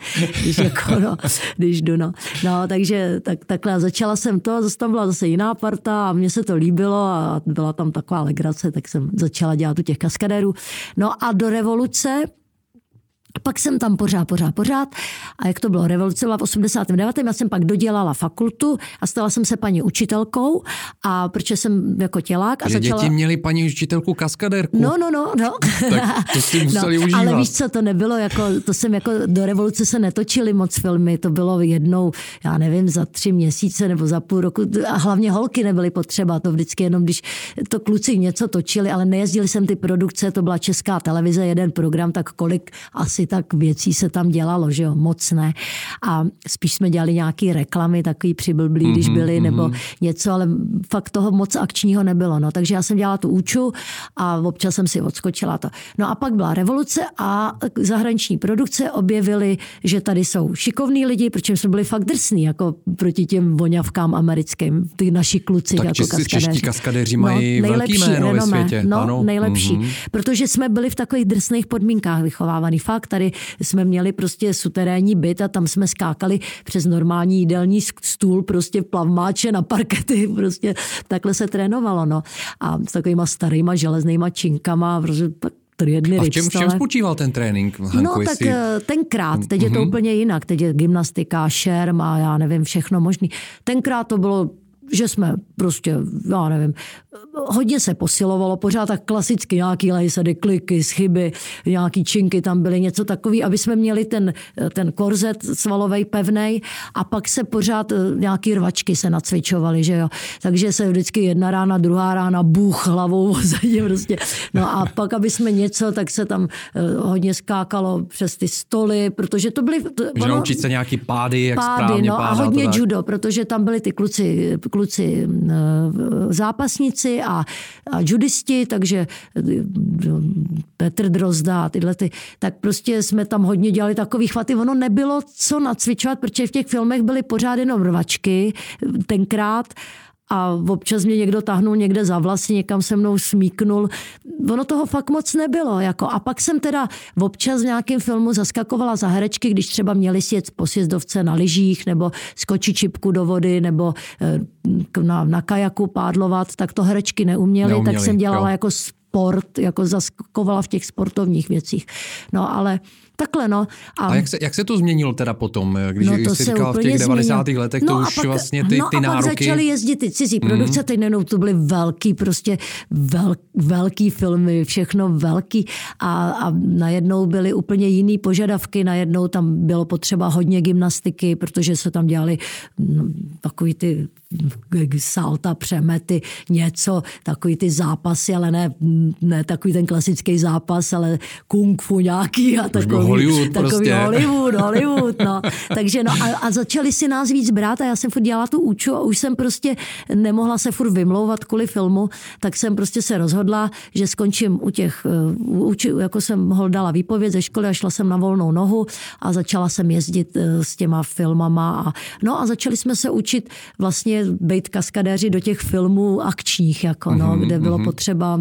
když jdu, no. No, takže takhle začala jsem to a zase tam byla zase jiná parta a mně se to líbilo a byla tam taková legrace, tak jsem začala dělat u těch kaskadérů. No a do revoluce pak jsem tam pořád. A jak to bylo? Revoluce byla v 89. Já jsem pak dodělala fakultu a stala jsem se paní učitelkou a protože jsem jako tělák. A děti měly paní učitelku kaskadérku. No. Tak to si museli užívat. Ale víš co, to nebylo to jsem jako do revoluce se netočily moc filmy, to bylo jednou, já nevím, za 3 měsíce nebo za půl roku a hlavně holky nebyly potřeba, to vždycky jenom, když to kluci něco točili, ale nejezdili jsem ty produkce, to byla Česká televize, jeden program, tak kolik asi tak věcí se tam dělalo, že jo, moc ne. A spíš jsme dělali nějaký reklamy, takový přiblblí, když byly, nebo něco, ale fakt toho moc akčního nebylo. No, takže já jsem dělala tu úču a občas jsem si odskočila to. No a pak byla revoluce a zahraniční produkce objevily, že tady jsou šikovní lidi, protože jsme byli fakt drsní, jako proti těm voňavkám americkým, ty naši kluci. Tak jako čeští kaskadéři mají velký jméno ve světě. No, ano. Nejlepší. Protože jsme byli v takových drsných podmínkách vychovávaný. Fakt, tady jsme měli prostě suterénní byt a tam jsme skákali přes normální jídelní stůl, prostě plavmáče na parkety, prostě takhle se trénovalo, no. A s takovýma starýma železnýma činkama, prostě a v čem spočíval ten trénink, Hanko? No tak tenkrát, teď je to úplně jinak, teď je gymnastika, šerm a já nevím, všechno možný. Tenkrát to bylo že jsme prostě, já nevím, hodně se posilovalo, pořád tak klasicky nějaký lejsady, kliky, schyby, nějaký činky tam byly, něco takový, aby jsme měli ten korzet svalovej pevnej a pak se pořád nějaký rvačky se nacvičovaly, že jo. Takže se vždycky jedna rána, druhá rána bůh hlavou zadě prostě. No a pak, aby jsme něco, tak se tam hodně skákalo přes ty stoly, protože to byly... Že naučit se nějaký pády, jak správně no, pádat. A hodně judo, protože tam byli ty kluci zápasníci a judisti, takže Petr Drozda a tyhle tak prostě jsme tam hodně dělali takový chvaty. Ono nebylo co nacvičovat, protože v těch filmech byly pořád jenom rvačky tenkrát a občas mě někdo tahnul někde za vlasy, někam se mnou smíknul. Ono toho fakt moc nebylo. Jako. A pak jsem teda občas v nějakém filmu zaskakovala za herečky, když třeba měli sjet po sjezdovce na lyžích, nebo skočit čipku do vody, nebo na kajaku pádlovat, tak to herečky neuměly, tak jsem dělala jako sport, jako zaskakovala v těch sportovních věcích. No ale takhle, no. A jak se to změnilo teda potom, když jsi říkala v těch 90. letech, to už vlastně ty nároky... No a pak začaly jezdit ty cizí produkce, teď nejenom to byly velký, prostě velký filmy, všechno velký a najednou byly úplně jiný požadavky, najednou tam bylo potřeba hodně gymnastiky, protože se tam dělali takový ty salta, přemety, něco, takový ty zápasy, ale ne takový ten klasický zápas, ale kung fu nějaký a takový Hollywood, no. Takže no a začali si nás víc brát a já jsem furt dělala tu úču a už jsem prostě nemohla se furt vymlouvat kvůli filmu, tak jsem prostě se rozhodla, že skončím u těch, jako jsem holdala výpověď ze školy a šla jsem na volnou nohu a začala jsem jezdit s těma filmama a začali jsme se učit vlastně být kaskadéři do těch filmů akčních, jako kde bylo potřeba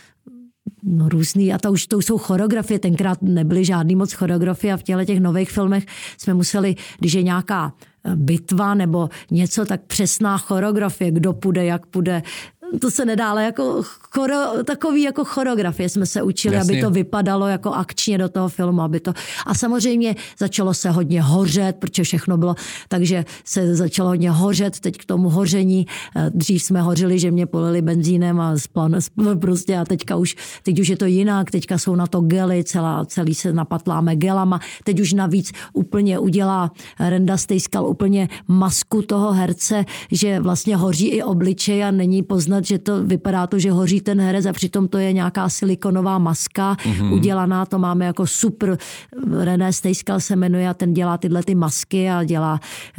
různý, a to už jsou choreografie, tenkrát nebyly žádný moc choreografie a v těch nových filmech jsme museli, když je nějaká bitva nebo něco, tak přesná choreografie, kdo půjde, jak půjde. To se nedá, ale takový jako choreografie jsme se učili, jasně, aby to vypadalo jako akčně do toho filmu, a samozřejmě začalo se hodně hořet, protože všechno bylo, takže se začalo hodně hořet, teď k tomu hoření, dřív jsme hořili, že mě polili benzínem a prostě a teď už je to jinak, teďka jsou na to gely, celý se napatláme gelama, teď už navíc úplně udělá Renda Stejskal úplně masku toho herce, že vlastně hoří i obličej a není poznat, že to vypadá to, že hoří ten herec a přitom to je nějaká silikonová maska udělaná, to máme jako super, René Stejskal se jmenuje a ten dělá tyhle ty masky a dělá,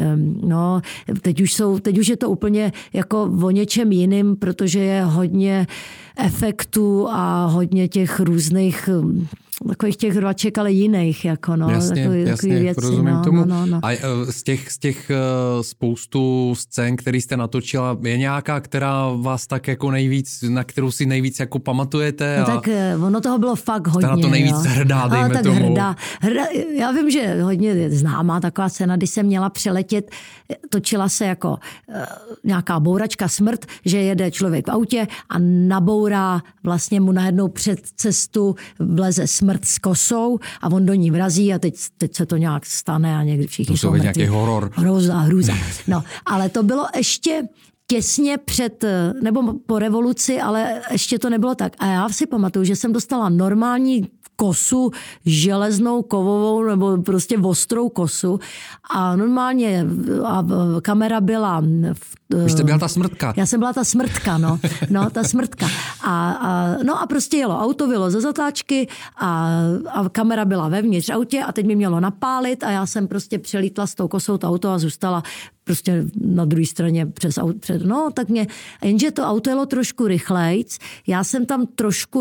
teď už je to úplně jako o něčem jiným, protože je hodně efektů a hodně těch různých takových těch rvaček, ale jiných, jako jasně, věci, rozumím tomu. A z těch spoustu scén, který jste natočila, je nějaká, která vás tak jako nejvíc, na kterou si nejvíc jako pamatujete? No tak ono toho bylo fakt hodně. Jste na to nejvíc hrdá, dejme tak tomu. Hrdá. Já vím, že hodně známá taková scéna, když jsem měla přeletět, točila se jako nějaká bouračka Smrt, že jede člověk v autě a nabourá vlastně mu najednou před cestu vleze Smrt s kosou a on do ní vrazí a teď se to nějak stane a někdy všichni jsou mrtví. Nějaký horor. Hrůza. No, ale to bylo ještě těsně před, nebo po revoluci, ale ještě to nebylo tak. A já si pamatuju, že jsem dostala normální kosu, železnou, kovovou, nebo prostě ostrou kosu a normálně kamera byla... Vy jste byla ta smrtka. Já jsem byla ta smrtka, no ta smrtka. A prostě jelo auto, bylo ze zatáčky a kamera byla vevnitř autě a teď mi mělo napálit a já jsem prostě přelítla s tou kosou to auto a zůstala prostě na druhé straně jenže to auto jelo trošku rychlejc, já jsem tam trošku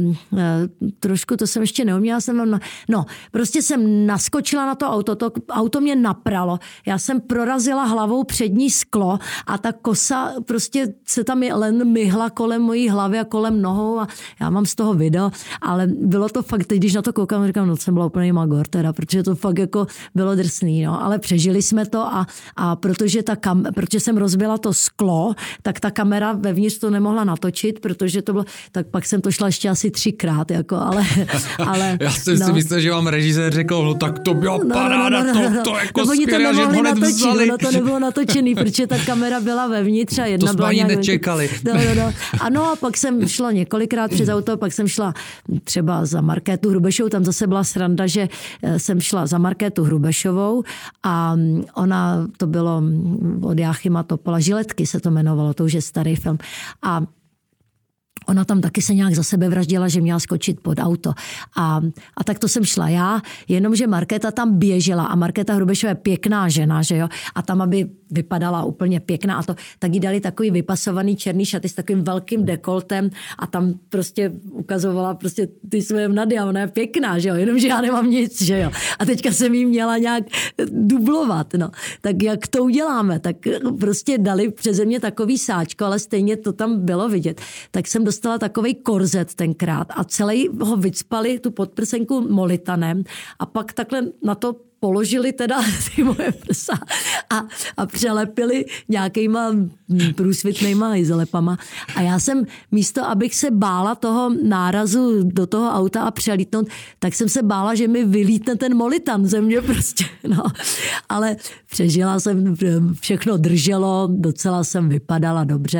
to jsem ještě neuměla, prostě jsem naskočila na to auto mě napralo, já jsem prorazila hlavou přední sklo a ta kosa prostě se tam len myhla kolem mojí hlavy a kolem nohou a já mám z toho video, ale bylo to fakt, teď když na to koukám, říkám, jsem byla úplně magor teda, protože to fakt jako bylo drsný, ale přežili jsme to a protože jsem rozbila to sklo, tak ta kamera vevnitř to nemohla natočit, protože to bylo, tak pak jsem to šla ještě asi 3krát, jako, ale já jsem si myslel, že vám režisér řekl, tak to byla paráda, to jako skvělé, že ho hned vzali. To nebylo natočený, protože ta kamera teda byla vevnitř a jedna to byla nějak... nečekali. No. Ano, a pak jsem šla několikrát přes auto, pak jsem šla třeba za Markétu Hrubešovou, tam zase byla sranda, že jsem šla za Markétu Hrubešovou a ona, to bylo od Jáchyma Topola, Žiletky se to jmenovalo, to už je starý film. A ona tam taky se nějak za sebe vraždila, že měla skočit pod auto. A tak to jsem šla já, jenomže Markéta tam běžela a Markéta Hrubešová je pěkná žena, že jo? A tam, aby vypadala úplně pěkná a to, tak jí dali takový vypasovaný černý šaty s takovým velkým dekoltem a tam prostě ukazovala prostě ty svoje mnady a ona je pěkná, že jo? Jenomže já nemám nic, že jo? A teďka jsem jí měla nějak dublovat, no. Tak jak to uděláme? Tak prostě dali přeze mě takový sáčko, ale stejně to tam bylo vidět. Tak jsem dostala takovej korzet tenkrát a celý ho vycpali tu podprsenku molitanem a pak takhle na to položili teda ty moje prsa a přelepili nějakýma průsvitnýma izlepama. A já jsem místo, abych se bála toho nárazu do toho auta a přelítnout, tak jsem se bála, že mi vylítne ten molitan ze mě prostě. No. Ale přežila jsem, všechno drželo, docela jsem vypadala dobře.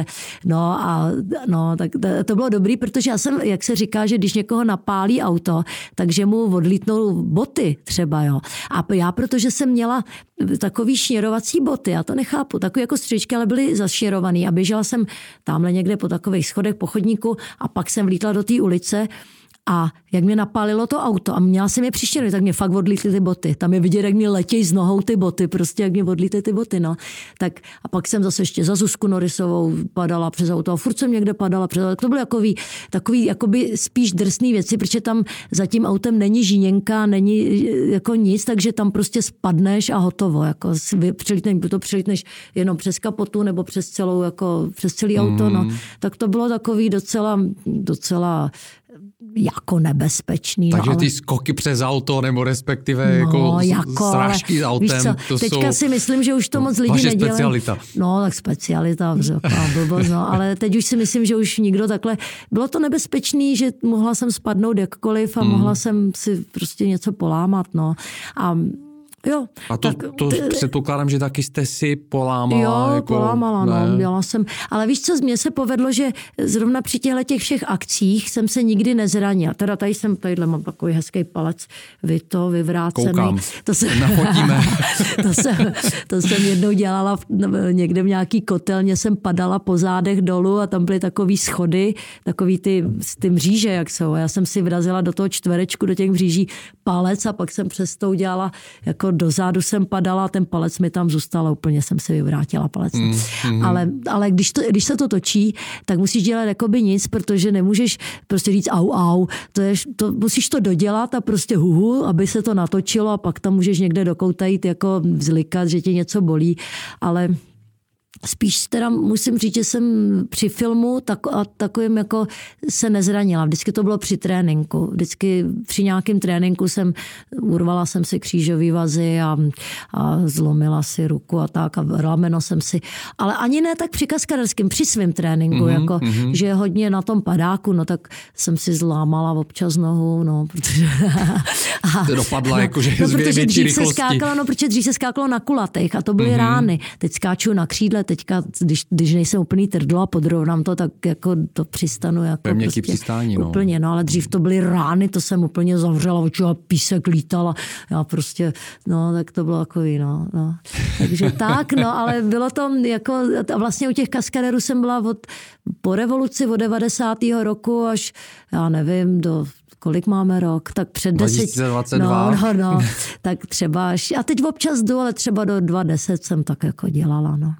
Tak to bylo dobrý, protože já jsem, jak se říká, že když někoho napálí auto, takže mu odlítnou boty třeba, jo. A já, protože jsem měla takový šněrovací boty, já to nechápu, takový jako střičky, ale byly zašněrovaný a běžela jsem tamhle někde po takových schodech po chodníku a pak jsem vlítla do té ulice a jak mě napálilo to auto a měla jsem je přištěrovat, tak mě fakt odlítly ty boty. Tam je vidět, jak mě letějí z nohou ty boty, prostě jak mě odlítly ty boty, no. Tak a pak jsem zase ještě za Zuzku Norisovou padala přes auto a furt jsem někde padala přes auto. To byly takový jakoby spíš drsný věci, protože tam za tím autem není žíněnka, není jako nic, takže tam prostě spadneš a hotovo. Jako přelítneš jenom přes kapotu nebo přes celý auto, no. Tak to bylo takový docela jako nebezpečný. Takže ty skoky přes auto, nebo respektive srážky s autem, to teďka si myslím, že už to moc lidí nedělají. Vaše specialita. No, tak specialita, blbost, no, ale teď už si myslím, že už nikdo takhle... Bylo to nebezpečný, že mohla jsem spadnout jakkoliv a mohla jsem si prostě něco polámat, no. Jo, a to předpokládám, že taky jste si polámala. Jo, polámala, no, dělala jsem. Ale víš co, mně se povedlo, že zrovna při těch všech akcích jsem se nikdy nezranila. Tadyhle mám takový hezký palec vyvrácený. Koukám, to nafotíme. to jsem jednou dělala někde v nějaký kotelně, jsem padala po zádech dolů a tam byly takový schody, takový ty mříže, jak jsou. A já jsem si vrazila do toho čtverečku, do těch mříží palec a pak jsem přes to udělala jako dozadu jsem padala a ten palec mi tam zůstal a úplně jsem si vyvrátila palec. Ale když se to točí, tak musíš dělat jakoby nic, protože nemůžeš prostě říct au. To musíš to dodělat a prostě aby se to natočilo a pak tam můžeš někde do kouta jít jako vzlikat, že tě něco bolí, ale spíš teda musím říct, že jsem při filmu takovým jako se nezranila. Vždycky to bylo při tréninku. Vždycky při nějakém tréninku urvala jsem si křížový vazy a zlomila si ruku a tak a rameno jsem si. Ale ani ne tak při kaskaderském, při svém tréninku, že hodně na tom padáku, no tak jsem si zlámala občas nohu, no, protože... dopadla jakože z větší rychlosti. Protože dřív se skákalo na kulatech a to byly rány. Teď skáču na křídle, teďka, když nejsem úplný trdlo a podrovnám to, tak jako to přistanu. Jako prostě přistání, no. Úplně, no, ale dřív to byly rány, to jsem úplně zavřela oči a písek lítal a já prostě, no, tak to bylo takový, no. Takže tak, no, ale bylo to jako, vlastně u těch kaskaderů jsem byla po revoluci od 90. roku až, já nevím, kolik máme rok, tak před 2022. No, tak třeba až, a teď občas jdu, ale třeba do 2010 jsem tak jako dělala, no.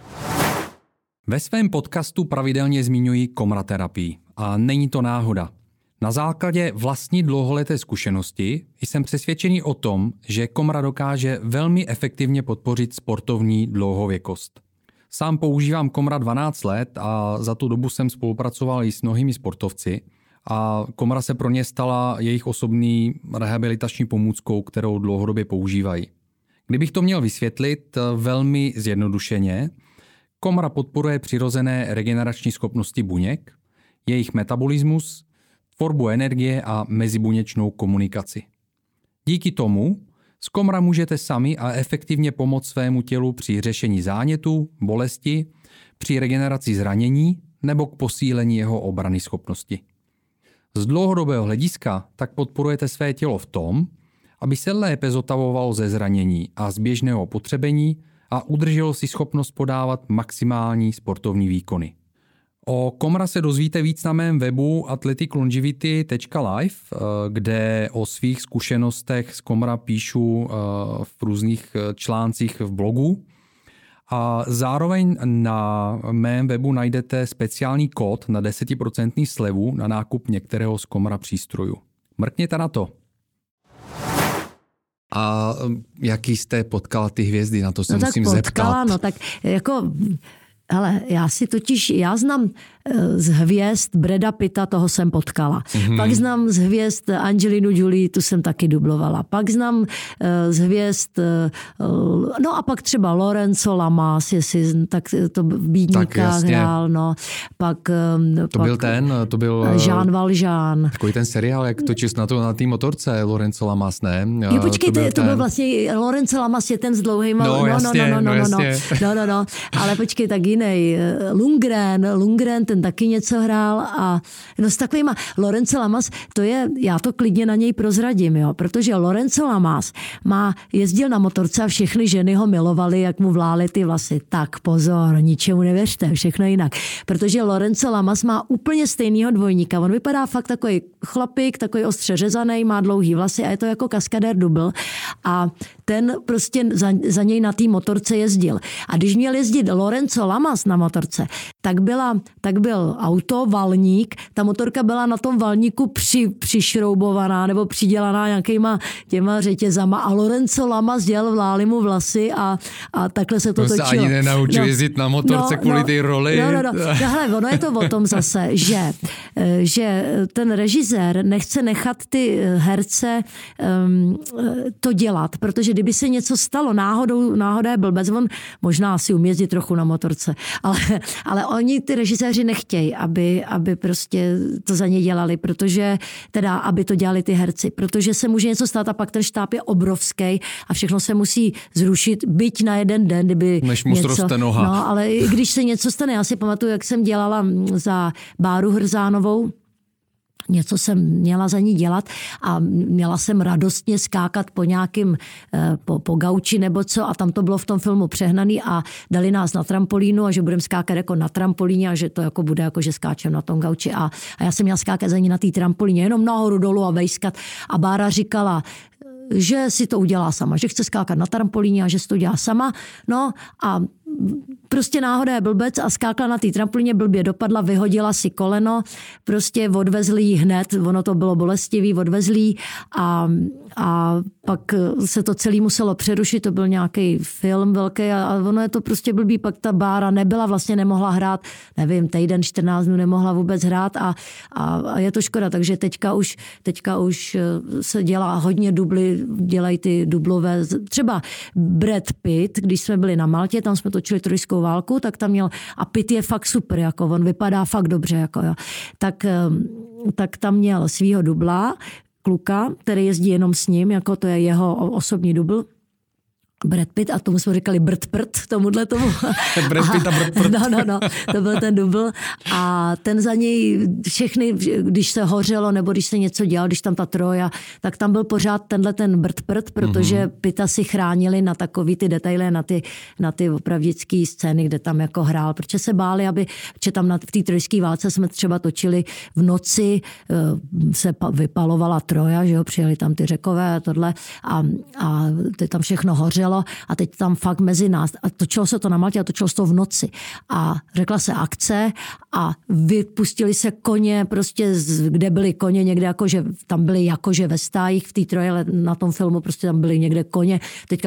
Ve svém podcastu pravidelně zmiňuji komraterapii a není to náhoda. Na základě vlastní dlouholeté zkušenosti jsem přesvědčený o tom, že komra dokáže velmi efektivně podpořit sportovní dlouhověkost. Sám používám komra 12 let a za tu dobu jsem spolupracoval i s mnohými sportovci a komra se pro ně stala jejich osobní rehabilitační pomůckou, kterou dlouhodobě používají. Kdybych to měl vysvětlit velmi zjednodušeně, komra podporuje přirozené regenerační schopnosti buněk, jejich metabolismus, tvorbu energie a mezibuněčnou komunikaci. Díky tomu Z Komra můžete sami a efektivně pomoct svému tělu při řešení zánětu, bolesti, při regeneraci zranění nebo k posílení jeho obrany schopnosti. Z dlouhodobého hlediska tak podporujete své tělo v tom, aby se lépe zotavovalo ze zranění a z běžného potřebení a udrželo si schopnost podávat maximální sportovní výkony. O Komra se dozvíte víc na mém webu athleticlongevity.live, kde o svých zkušenostech z Komra píšu v různých článcích v blogu. A zároveň na mém webu najdete speciální kód na 10% slevu na nákup některého z Komra přístrojů. Mrkněte na to. A jaký jste potkala ty hvězdy? Na to se musím zeptat. No tak jako... Hele, já znám z hvězd Brada Pitta, toho jsem potkala. Pak znám z hvězd Angelinu Jolie, tu jsem taky dublovala. Pak znám z hvězd, no a pak třeba Lorenzo Lamas, jestli tak to v Bídníkách hrál, no. Pak to byl Jean Valjean. Takový ten seriál, jak točíš na té motorce, Lorenzo Lamas, ne? Jo, počkej, to byl vlastně, Lorenzo Lamas je ten s dlouhýma, no, ale počkej, tak jiný, Lundgren, ten taky něco hrál a no s takovýma, Lorenzo Lamas, já to klidně na něj prozradím, jo, protože Lorenzo Lamas jezdil na motorce a všechny ženy ho milovaly, jak mu vlály ty vlasy. Tak pozor, ničemu nevěřte, všechno jinak. Protože Lorenzo Lamas má úplně stejnýho dvojníka. On vypadá fakt takový chlapík, takový ostře řezaný, má dlouhý vlasy a je to jako kaskadér dubl. A ten prostě za něj na té motorce jezdil. A když měl jezdit Lorenzo Lamas na motorce, tak byl auto, valník, ta motorka byla na tom valníku přišroubovaná nebo přidělaná nějakýma těma řetězama a Lorenzo Lamas dělal, vlály mu vlasy a takhle se to točilo. On se ani nenaučil jezdit na motorce kvůli té roli. No, hele, ono je to o tom zase, že ten režisér nechce nechat ty herce to dělat, protože kdyby se něco stalo, náhoda je blbec, on možná asi umí jezdit trochu na motorce, ale oni ty režiséři nechtějí, aby prostě to za ně dělali, protože teda, aby to dělali ty herci, protože se může něco stát a pak ten štáb je obrovský a všechno se musí zrušit, byť na jeden den, kdyby než mu zroste noha. No, ale když se něco stane, já si pamatuju, jak jsem dělala za Báru Hrzánovou, něco jsem měla za ní dělat a měla jsem radostně skákat po nějakým, po gauči nebo co a tam to bylo v tom filmu přehnaný a dali nás na trampolínu a že budeme skákat jako na trampolíně a že to jako bude jako, že skáčem na tom gauči a já jsem měla skákat za ní na té trampolíně, jenom nahoru dolů a vejskat a Bára říkala, že si to udělá sama, že chce skákat na trampolíně a že si to dělá sama, no a prostě náhoda je blbec a skákla na té trampolíně, blbě dopadla, vyhodila si koleno, prostě odvezli jí hned, ono to bylo bolestivý, odvezli jí a pak se to celé muselo přerušit, to byl nějaký film velký a ono je to prostě blbý, pak ta Bára nebyla, vlastně nemohla hrát, nevím, týden, 14 dnů nemohla vůbec hrát a je to škoda, takže teďka už se dělá hodně dubly, dělají ty dublové, třeba Brad Pitt, když jsme byli na Maltě, tam jsme točili Trojskou válku, tak tam měl, a Pitt je fakt super, jako on vypadá fakt dobře, jako jo. Tak tam měl svýho dubla, kluka, který jezdí jenom s ním, jako to je jeho osobní dubl. Brad Pitt a tomu jsme říkali Brd tomuhle tomu. Brad Pitt a Brd. No, to byl ten dubl a ten za něj všechny, když se hořelo nebo když se něco dělalo, když tam ta Troja, tak tam byl pořád tenhle ten Brd, protože Pitta si chránili na takový ty detaily, na ty opravdický scény, kde tam jako hrál, protože se báli, že tam v té Trojské válce jsme třeba točili v noci, se vypalovala Troja, že jo, přijeli tam ty Řekové a tohle a tam všechno hořelo. A teď tam fakt mezi nás. A točilo se to na Maltě a točilo se to v noci. A řekla se akce a vypustili se koně, prostě kde byly koně, někde tam byly jakože ve stájích v té Troji, ale na tom filmu prostě tam byly někde koně. Teďka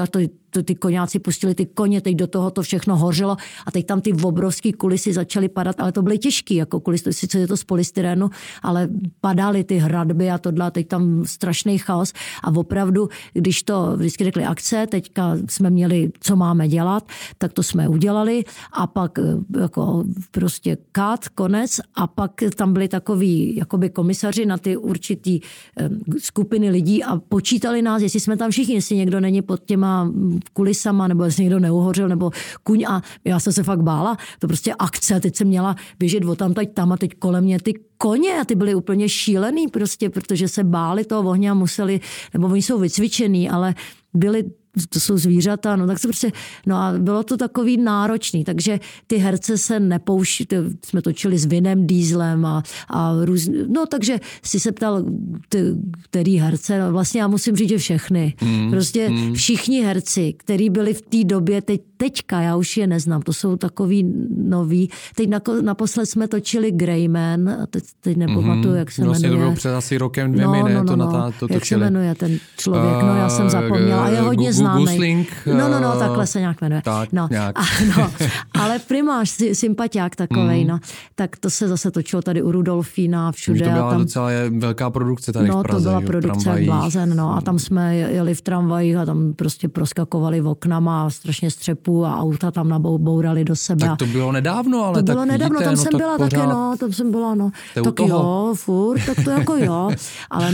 ty koňáci pustili ty koně, teď do toho to všechno hořelo a teď tam ty obrovský kulisy začaly padat, ale to byly těžký, jako kulisy, sice je to z polystyrenu, ale padaly ty hradby a tohle, a teď tam strašný chaos a opravdu, když to vždycky řekli akce, teďka jsme měli, co máme dělat, tak to jsme udělali a pak jako prostě konec a pak tam byli takový jakoby komisaři na ty určitý skupiny lidí a počítali nás, jestli jsme tam všichni, jestli někdo není pod těma kulisama, nebo jestli někdo neuhořel, nebo kuň a já jsem se fakt bála, to prostě akce, teď jsem měla běžet o tam a teď kolem mě ty koně a ty byly úplně šílený prostě, protože se báli toho ohně a museli, nebo oni jsou vycvičený, ale byli, to jsou zvířata, no tak se prostě, no a bylo to takový náročný, takže ty herce se nepouští, jsme točili s Vinem Dieselem a různý, no takže si se ptal, který herce, no vlastně já musím říct, že všechny, prostě všichni herci, který byli v té době, teďka, já už je neznám, to jsou takový noví, teď naposled jsme točili Greyman, a teď nepamatuju, jak se vlastně jmenuje. To bylo před asi rokem, 2 ne? To točili. Jak se jmenuje ten člověk, no já jsem zapomněla, a je hodně známý. No, takhle se nějak jmenuje. Tak, no, nějak. Ale primář, sympatiák takovej, no. Tak to se zase točilo tady u Rudolfína všude. To byla tam, docela velká produkce tady v Praze. No, to byla produkce jak blázen, no. A tam jsme jeli v tramvajích a tam prostě proskakovali v oknama a strašně střepů a auta tam nabourali do sebe. Tak to bylo nedávno, ale to tak bylo nedávno, vidíte, tam jsem byla pořád... taky, no, tam jsem byla, no. Tak jo, furt, tak to jako jo, ale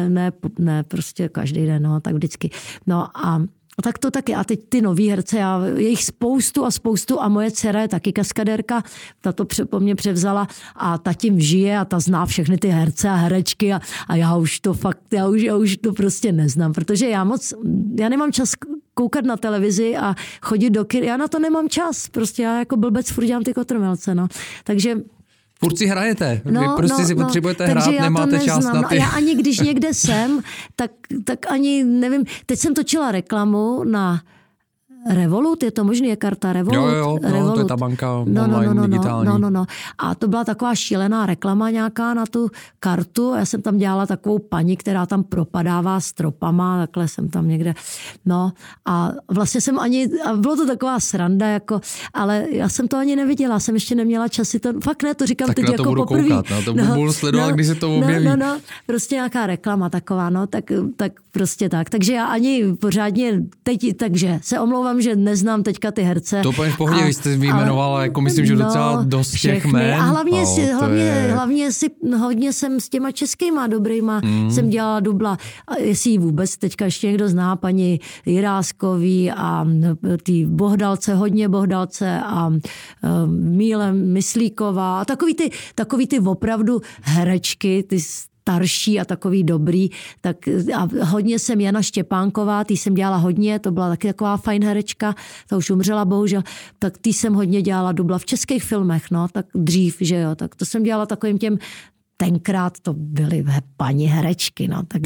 ne, prostě každý den, no, tak vždycky. No a tak to taky. A teď ty nový herce, je jich spoustu a moje dcera je taky kaskadérka, ta to po mně převzala a ta tím žije a ta zná všechny ty herce a herečky a já už to fakt, já už to prostě neznám, protože já nemám čas koukat na televizi a chodit do kin, já na to nemám čas, prostě já jako blbec furt dělám ty kotrmelce, no. Takže furt si hrajete, vy prostě si potřebujete hrát, nemáte čas na ty. No, já ani když někde jsem, tak ani nevím, teď jsem točila reklamu na Revolut, je to možný, je karta Revolut? Jo, to je ta banka online digitální. No. A to byla taková šílená reklama nějaká na tu kartu. Já jsem tam dělala takovou paní, která tam propadává stropama, takhle jsem tam někde. No a vlastně jsem a bylo to taková sranda, jako, ale já jsem to ani neviděla, jsem ještě neměla čas to, fakt ne, to říkám tak teď jako poprvé. To budu sledovat, když se to objeví. No, prostě nějaká reklama taková, no, tak prostě tak. Takže já ani pořádně teď, takže se omlouvám, že neznám teďka ty herce. To úplně v pohodě, vy jste vyjmenovala, jako myslím, že docela dost těch jmen. A hlavně hodně jsem s těma českýma dobrýma jsem dělala dubla. A jestli ji vůbec teďka ještě někdo zná, paní Jiráskový a ty hodně Bohdalce a Míle Myslíková a takový ty opravdu herečky, ty starší a takový dobrý, tak a hodně jsem Jana Štěpánková, tý jsem dělala hodně, to byla taky taková fajn herečka, ta už umřela bohužel, tak tý jsem hodně dělala dubla v českých filmech, no, tak dřív, že jo, tak to jsem dělala takovým těm, tenkrát to byly paní herečky, no, tak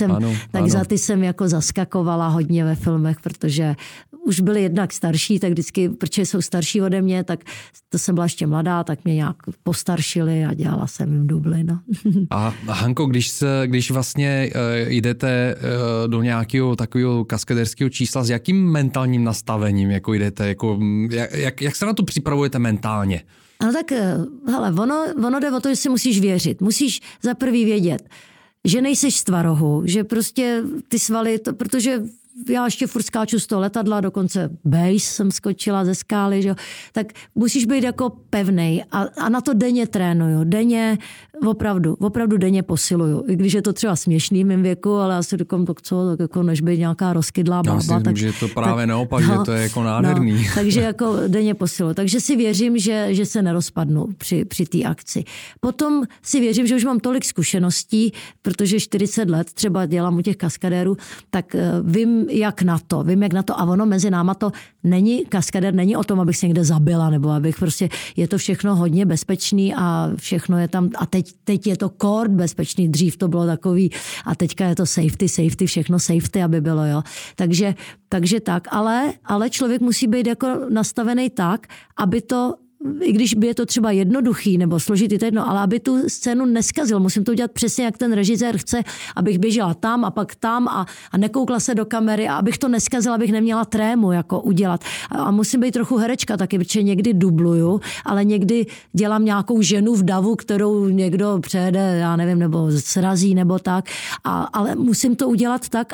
za ty jsem jako zaskakovala hodně ve filmech, protože už byli jednak starší, tak vždycky, protože jsou starší ode mě, tak to jsem byla ještě mladá, tak mě nějak postaršili a dělala jsem jim dubly, no. A Hanko, když vlastně jdete do nějakého takového kaskaderského čísla, s jakým mentálním nastavením jako jdete, jako, jak se na to připravujete mentálně? No tak, hele, ono jde o to, že si musíš věřit. Musíš za prvý vědět, že nejseš z tvarohu, že prostě ty svaly, protože já ještě furt skáču z toho letadla, dokonce base jsem skočila ze skály, že jo, tak musíš být jako pevnej a na to denně trénuju, denně opravdu denně posiluju, i když je to třeba směšný v mém věku, ale já si říkám, tak co, tak jako než být nějaká rozkydlá bába. Myslím, tak, že je to právě naopak, že to je jako nádherný. No, takže jako denně posiluju, takže si věřím, že se nerozpadnu při té akci. Potom si věřím, že už mám tolik zkušeností, protože 40 let třeba dělám u těch kaskadérů, tak vím, jak na to. A ono mezi náma to není, kaskadér není o tom, abych se někde zabila, nebo abych prostě, je to všechno hodně bezpečný a všechno je tam, a teď je to kord bezpečný, dřív to bylo takový, a teďka je to safety, všechno safety, aby bylo, jo. Takže tak, ale člověk musí být jako nastavený tak, aby to i když by je to třeba jednoduchý nebo složitý, to jedno, ale aby tu scénu neskazil, musím to udělat přesně, jak ten režisér chce, abych běžela tam a pak tam a nekoukla se do kamery a abych to neskazila, abych neměla trému jako udělat. A musím být trochu herečka taky, protože někdy dubluju, ale někdy dělám nějakou ženu v davu, kterou někdo přejede, já nevím, nebo srazí nebo tak, ale musím to udělat tak,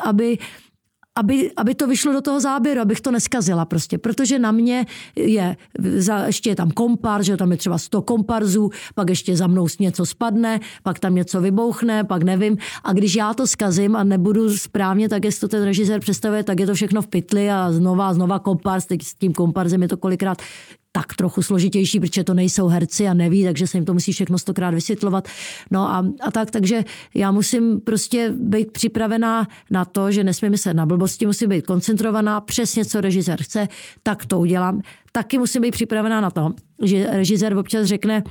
aby to vyšlo do toho záběru, abych to neskazila prostě, protože na mě ještě je tam kompar, že tam je třeba 100 komparzů, pak ještě za mnou něco spadne, pak tam něco vybouchne, pak nevím. A když já to zkazím a nebudu správně, tak jestli to ten režisér představuje, tak je to všechno v pytli a znova komparz, teď s tím komparzem je to kolikrát tak trochu složitější, protože to nejsou herci a neví, takže se jim to musí všechno 100krát vysvětlovat. No a takže já musím prostě být připravená na to, že nesmím myslet na blbosti, musím být koncentrovaná, přesně co režisér chce, tak to udělám. Taky musím být připravená na to, že režisér občas řekne,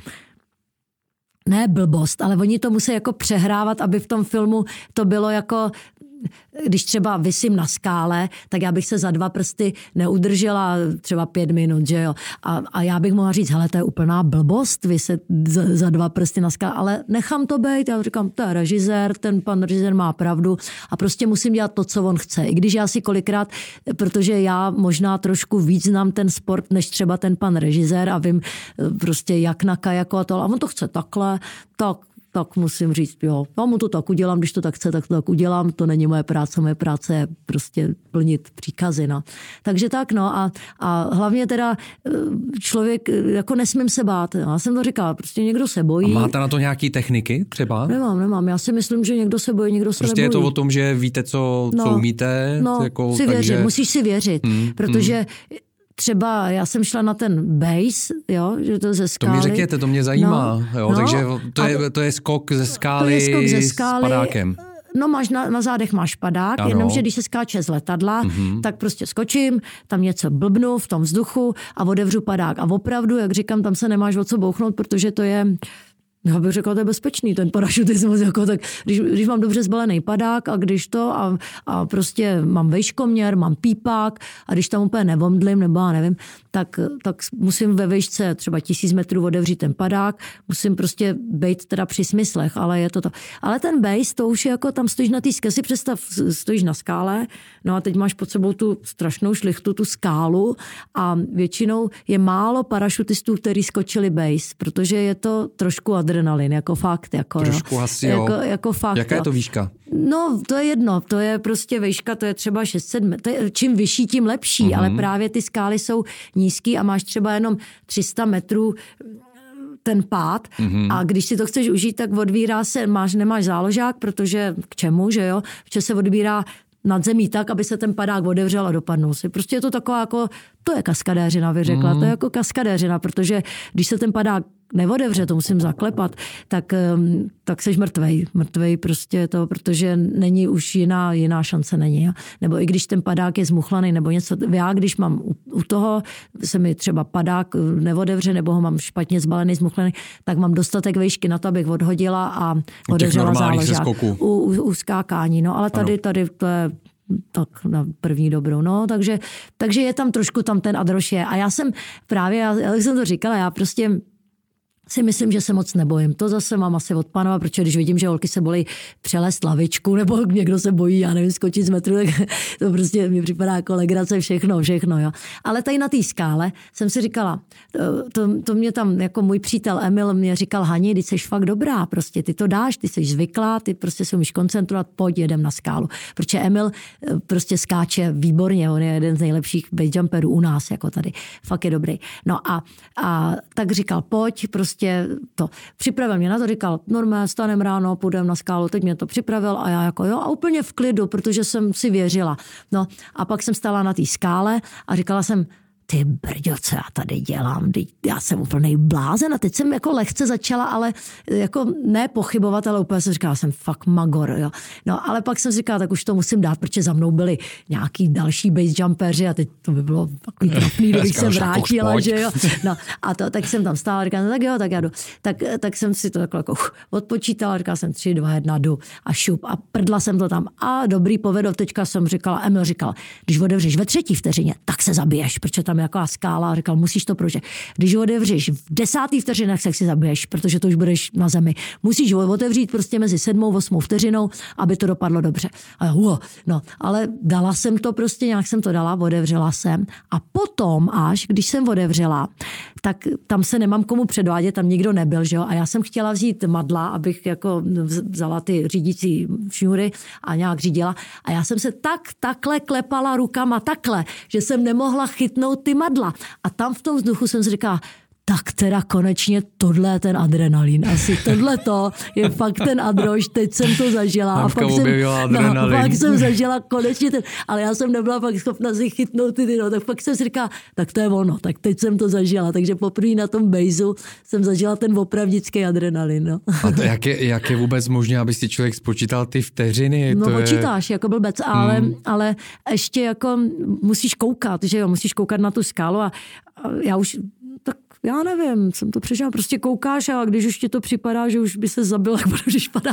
ne blbost, ale oni to musí jako přehrávat, aby v tom filmu to bylo jako, když třeba visím na skále, tak já bych se za 2 prsty neudržela třeba 5 minut, že jo. A já bych mohla říct, hele, to je úplná blbost, viset za 2 prsty na skále, ale nechám to být, já říkám, to je režisér, ten pan režisér má pravdu a prostě musím dělat to, co on chce. I když já si kolikrát, protože já možná trošku víc znám ten sport, než třeba ten pan režisér a vím prostě jak na kajako a to, a on to chce takhle, tak musím říct, jo, já mu to tak udělám, když to tak chce, tak to tak udělám, to není moje práce je prostě plnit příkazy, no. Takže tak, no a hlavně teda člověk, jako nesmím se bát, já jsem to říkala, prostě někdo se bojí. A máte na to nějaký techniky třeba? Nemám, já si myslím, že někdo se bojí, někdo se prostě nebojí. Je to o tom, že víte, co umíte? No, jako, si věřit, takže... musíš si věřit, protože třeba já jsem šla na ten base, jo, že to ze skály. To mi řekněte, to mě zajímá. Takže to je skok ze skály, s padákem. No na zádech máš padák, jenomže když se skáče z letadla, tak prostě skočím, tam něco blbnu v tom vzduchu a otevřu padák. A opravdu, jak říkám, tam se nemáš o co bouchnout, protože to je... Já bych řekla, to je bezpečný, ten parašutismus, jako tak, když mám dobře zbalený padák a když to a prostě mám vejškoměr, mám pípák a když tam úplně nevomdlím, nebo já nevím, tak musím ve vejšce třeba 1000 metrů otevřít ten padák, musím prostě být teda při smyslech, ale je to. Ale ten base, to už je jako tam stojíš na té skále, si představ, stojíš na skále, no a teď máš pod sebou tu strašnou šlichtu, tu skálu a většinou je málo parašutistů, kteří skočili base, protože je to trošku adrenalin, jako fakt. Jako, trošku jo. asi, jo. Jako fakt, jaká je to výška? No, to je jedno, to je prostě výška, to je třeba 600 metrů, čím vyšší, tím lepší, ale právě ty skály jsou nízký a máš třeba jenom 300 metrů ten pád a když si to chceš užít, tak odvírá se, nemáš záložák, protože k čemu, že jo, protože se odbírá nad zemí tak, aby se ten padák otevřel a dopadnul si. Prostě je to taková jako, to je kaskadéřina, bych řekla, to je jako kaskadéřina, protože když se ten padák neotevře, to musím zaklepat, tak seš mrtvej prostě to, protože není už jiná šance není. Jo? Nebo i když ten padák je zmuchlaný nebo něco, já když mám u toho, se mi třeba padák neotevře nebo ho mám špatně zbalený, zmuchlaný, tak mám dostatek vejšky na to, abych odhodila a otevřela záložák. U skákání, no ale tady to je tak na první dobrou, no, takže je tam trošku ten adroš je. A já jsem právě, jak jsem to říkala, já prostě si myslím, že se moc nebojím. To zase mám asi od pánova, protože když vidím, že holky se bojí přelézt lavičku, nebo někdo se bojí, já nevím, skočit z metru, tak to prostě mi připadá jako legrace, všechno, jo. Ale tady na té skále jsem si říkala, to mě tam, jako můj přítel Emil mě říkal, Hani, ty jsi fakt dobrá, prostě ty to dáš, ty jsi zvyklá, ty prostě se umíš koncentrovat, pojď, jedem na skálu. Protože Emil prostě skáče výborně, on je jeden z nejlepších base jumperů u nás, jako tady. Fakt je dobrý. No a tak říkal, pojď, prostě to. Připravil mě na to, říkal, normálně, stanem ráno, půjdem na skálu, teď mě to připravil a já jako jo, a úplně v klidu, protože jsem si věřila. No a pak jsem stála na té skále a říkala jsem, ty brďo, co já tady dělám, já jsem úplnej blázen a teď jsem jako lehce začala, ale jako ne pochybovat, ale úplně jsem říkala, jsem fakt magor, jo. No, ale pak jsem říkala, tak už to musím dát, protože za mnou byli nějaký další base jumpeři a teď to by bylo takový trapný, kdybych se vrátila, že jo. No, a tak jsem tam stála, říkala, no, tak jo, tak já jdu. Tak jsem si to takhle jako odpočítala, říkala jsem 3, 2, 1, jdu a šup a prdla jsem to tam a dobrý povedl, teďka jsem říkala, Emil říkal, když otevřeš ve 3. vteřině, tak se zabiješ, protože tam nějaká skála a říkal, musíš to prožít. Když ho otevřeš v 10. vteřinách, tak si zabiješ, protože to už budeš na zemi. Musíš ho otevřít prostě mezi 7. a 8. vteřinou, aby to dopadlo dobře. No, ale dala jsem to prostě, nějak jsem to dala, otevřela jsem a potom až, když jsem otevřela, tak tam se nemám komu předvádět, tam nikdo nebyl, že jo, a já jsem chtěla vzít madla, abych jako vzala ty řídící šňůry a nějak řídila a já jsem se takhle klepala rukama takhle, že jsem nemohla chytnout ty madla a tam v tom vzduchu jsem si říkala, tak teda konečně tohle je ten adrenalin. Asi tohleto je fakt ten adrož, teď jsem to zažila. A pak jsem zažila konečně ten, ale já jsem nebyla pak schopna si chytnout tak pak jsem si říkala, tak to je ono, tak teď jsem to zažila. Takže poprvé na tom bejzu jsem zažila ten opravdický adrenalin. No. A to jak je vůbec možné, aby si člověk spočítal ty vteřiny? No počítáš, jako blbec, ale ještě jako musíš koukat, že jo, musíš koukat na tu skálu a já už já nevím, jsem to přežila, prostě koukáš a když už ti to připadá, že už by se zabil, jak budeš padák.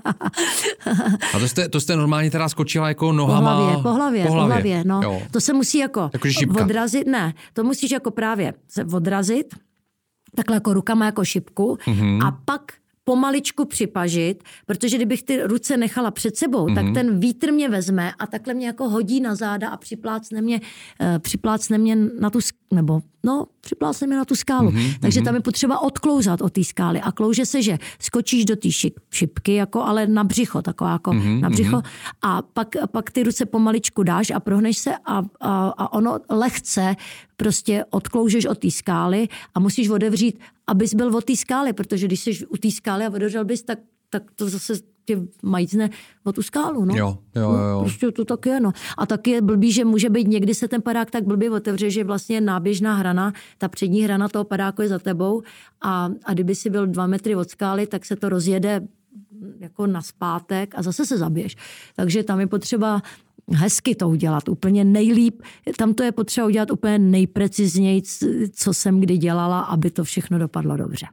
A to jste normálně teda skočila jako nohama? Po hlavě, no. Jo. To se musí jako odrazit, to musíš jako právě se odrazit, takhle jako rukama jako šipku a pak pomaličku připažit, protože kdybych ty ruce nechala před sebou, tak ten vítr mě vezme a takhle mě jako hodí na záda a připlácne mě na tu, připlácne mě na tu skálu. Takže tam je potřeba odklouzat od té skály a klouže se, že skočíš do té šipky, jako, ale na břicho, taková jako na břicho a pak ty ruce pomaličku dáš a prohneš se a ono lehce prostě odkloužeš od té skály a musíš otevřít, abys byl od té skály, protože když jsi u té skály a otevřel bys, tak to zase tě majícne o tu skálu, no. Jo. Prostě to tak je, no. A taky je blbý, že může být někdy se ten padák tak blbě otevře, že vlastně náběžná hrana, ta přední hrana toho padáku je za tebou a kdyby si byl 2 metry od skály, tak se to rozjede jako naspátek a zase se zabiješ. Takže tam je potřeba hezky to udělat, úplně nejlíp. Tam to je potřeba udělat úplně nejprecizněji, co jsem kdy dělala, aby to všechno dopadlo dobře.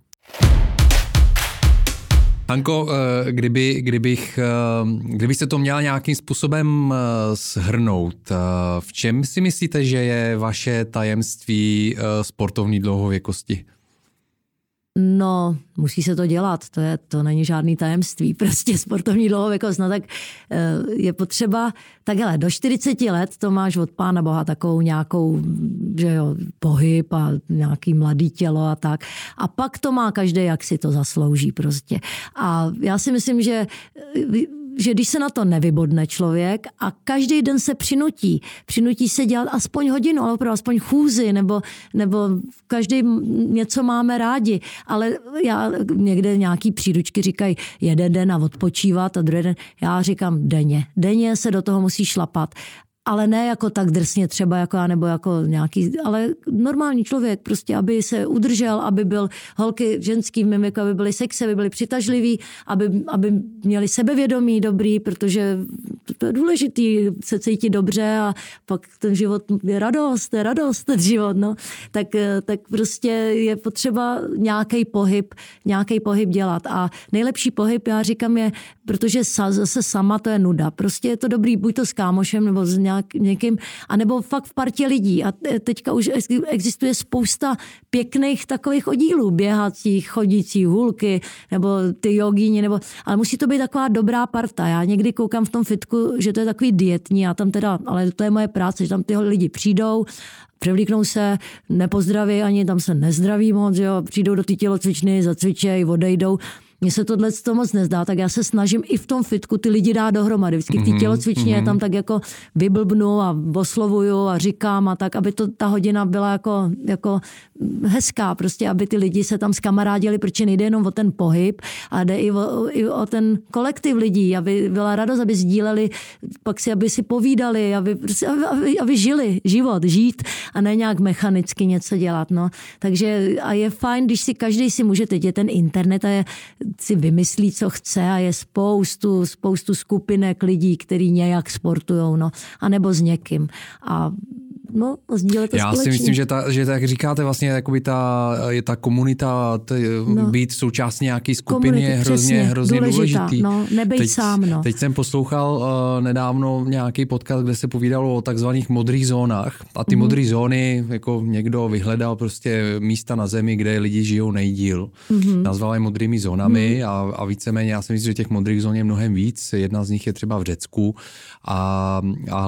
Hanko, kdybyste to měla nějakým způsobem shrnout, v čem si myslíte, že je vaše tajemství sportovní dlouhověkosti? No, musí se to dělat, to není žádný tajemství, prostě sportovní dlouhověkost, no tak je potřeba, tak hele, do 40 let to máš od Pána Boha takovou nějakou, že jo, pohyb a nějaký mladý tělo a tak. A pak to má každý, jak si to zaslouží prostě. A já si myslím, že když se na to nevybodne člověk a každý den se přinutí se dělat aspoň hodinu, ale opravdu aspoň chůzi, nebo každý něco máme rádi, ale já někde nějaký příručky říkají jeden den a odpočívat a druhý den, já říkám denně se do toho musí šlapat. Ale ne jako tak drsně třeba jako já, nebo jako nějaký, ale normální člověk prostě, aby se udržel, aby byl holky ženský v mém věku, aby byly sexy, aby byly přitažliví, aby měli sebevědomí dobrý, protože to je důležitý se cítit dobře a pak ten život je radost ten život, no. Tak prostě je potřeba nějaký pohyb dělat a nejlepší pohyb, já říkám, je, protože zase sama to je nuda. Prostě je to dobrý, buď to s kámošem nebo s někým, anebo fakt v partě lidí. A teďka už existuje spousta pěkných takových oddílů, běhacích, chodících, hůlky, nebo ty jogíni, ale musí to být taková dobrá parta. Já někdy koukám v tom fitku, že to je takový dietní, já tam teda, ale to je moje práce, že tam ty lidi přijdou, převlíknou se, nepozdraví ani, tam se nezdraví moc, jo, přijdou do té tělocvičny, zacvičejí, odejdou. Mně se tohle moc nezdá, tak já se snažím i v tom fitku ty lidi dát dohromady. Vždycky v té tělocvičně tam tak jako vyblbnu a oslovuju a říkám a tak, aby ta hodina byla jako hezká, prostě, aby ty lidi se tam zkamarádili, protože nejde jenom o ten pohyb, ale jde i o ten kolektiv lidí, aby byla radost, aby sdíleli, pak aby si povídali, aby žili žít a ne nějak mechanicky něco dělat. No. Takže a je fajn, když si každý si může, teď je ten internet a si vymyslí, co chce a je spoustu skupinek lidí, kteří nějak sportujou, no, anebo s někým. A sdílet to Já společně. si myslím, že tak říkáte vlastně, jakoby je ta komunita, být součástí nějaký skupiny je hrozně důležitý. No, nebejt sám, no. Teď jsem poslouchal nedávno nějaký podcast, kde se povídalo o takzvaných modrých zónách a ty modré zóny, jako někdo vyhledal prostě místa na zemi, kde lidi žijou nejdýl. Nazval je modrými zónami a víceméně já si myslím, že těch modrých zón je mnohem víc. Jedna z nich je třeba v Řecku a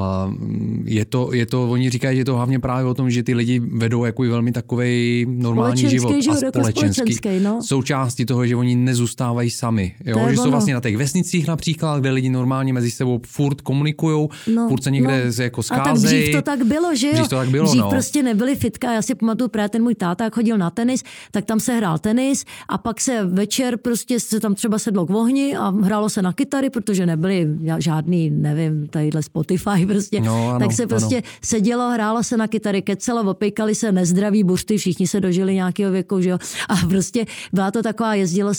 je to, oni říkají, že je to hlavně právě o tom, že ty lidi vedou jako velmi takovej normální život a společenský. No. Součástí toho, že oni nezůstávají sami. Jo? Že jsou vlastně na těch vesnicích například, kde lidi normálně mezi sebou furt komunikujou, furt se někde jako scházejí. A tak dřív to tak bylo, že jo? Dřív no. prostě nebyly fitka. Já si pamatuju, právě ten můj táta, jak chodil na tenis, tak tam se hrál tenis a pak se večer prostě se tam třeba sedlo k ohni a hrálo se na kytary, protože nebyly žádný, nevím, tadyhle Spotify prostě. Tak se prostě sedělo, hrálo se na kytary, kecelo, opejkali se nezdraví buřty, všichni se dožili nějakého věku, že jo. A prostě byla to taková,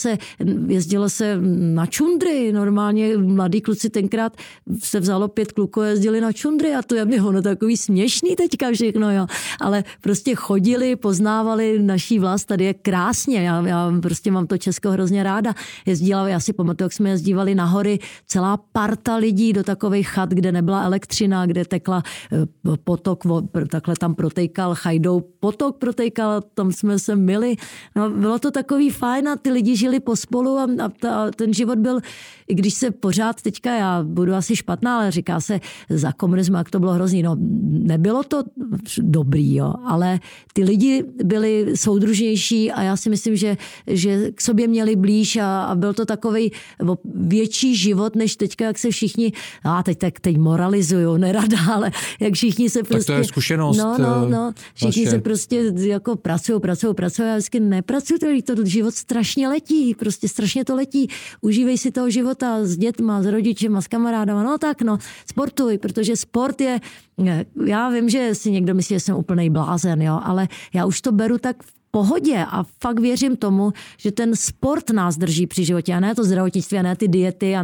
jezdilo se na čundry, normálně mladí kluci tenkrát se vzalo 5 kluků a jezdili na čundry a to je mi ono takový směšný teďka všechno, jo. Ale prostě chodili, poznávali naší vlast, tady je krásně, já prostě mám to Česko hrozně ráda. Já si pamatuju, jak jsme jezdívali na hory, celá parta lidí do takových chat, kde nebyla elektřina, kde tekla potok, takhle tam protejkal chajdou, potok protejkal, tam jsme se myli. No, bylo to takový fajn a ty lidi žili pospolu a ten život byl, i když se pořád teďka, já budu asi špatná, ale říká se za komunismu, jak to bylo hrozný. No, nebylo to dobrý, jo, ale ty lidi byli soudružnější a já si myslím, že k sobě měli blíž a byl to takovej větší život, než teďka, jak se všichni, teď moralizujou, nerada, ale jak všichni se prostě... Tak to je zkušenost. No, všichni se prostě jako pracují, já vždycky nepracuju, to život strašně letí, prostě strašně to letí. Užívej si toho života s dětma, s rodičema, s kamarádama, sportuj, protože sport je, já vím, že si někdo myslí, že jsem úplnej blázen, jo, ale já už to beru tak v pohodě a fakt věřím tomu, že ten sport nás drží při životě a ne to zdravotnictví a ne ty diety a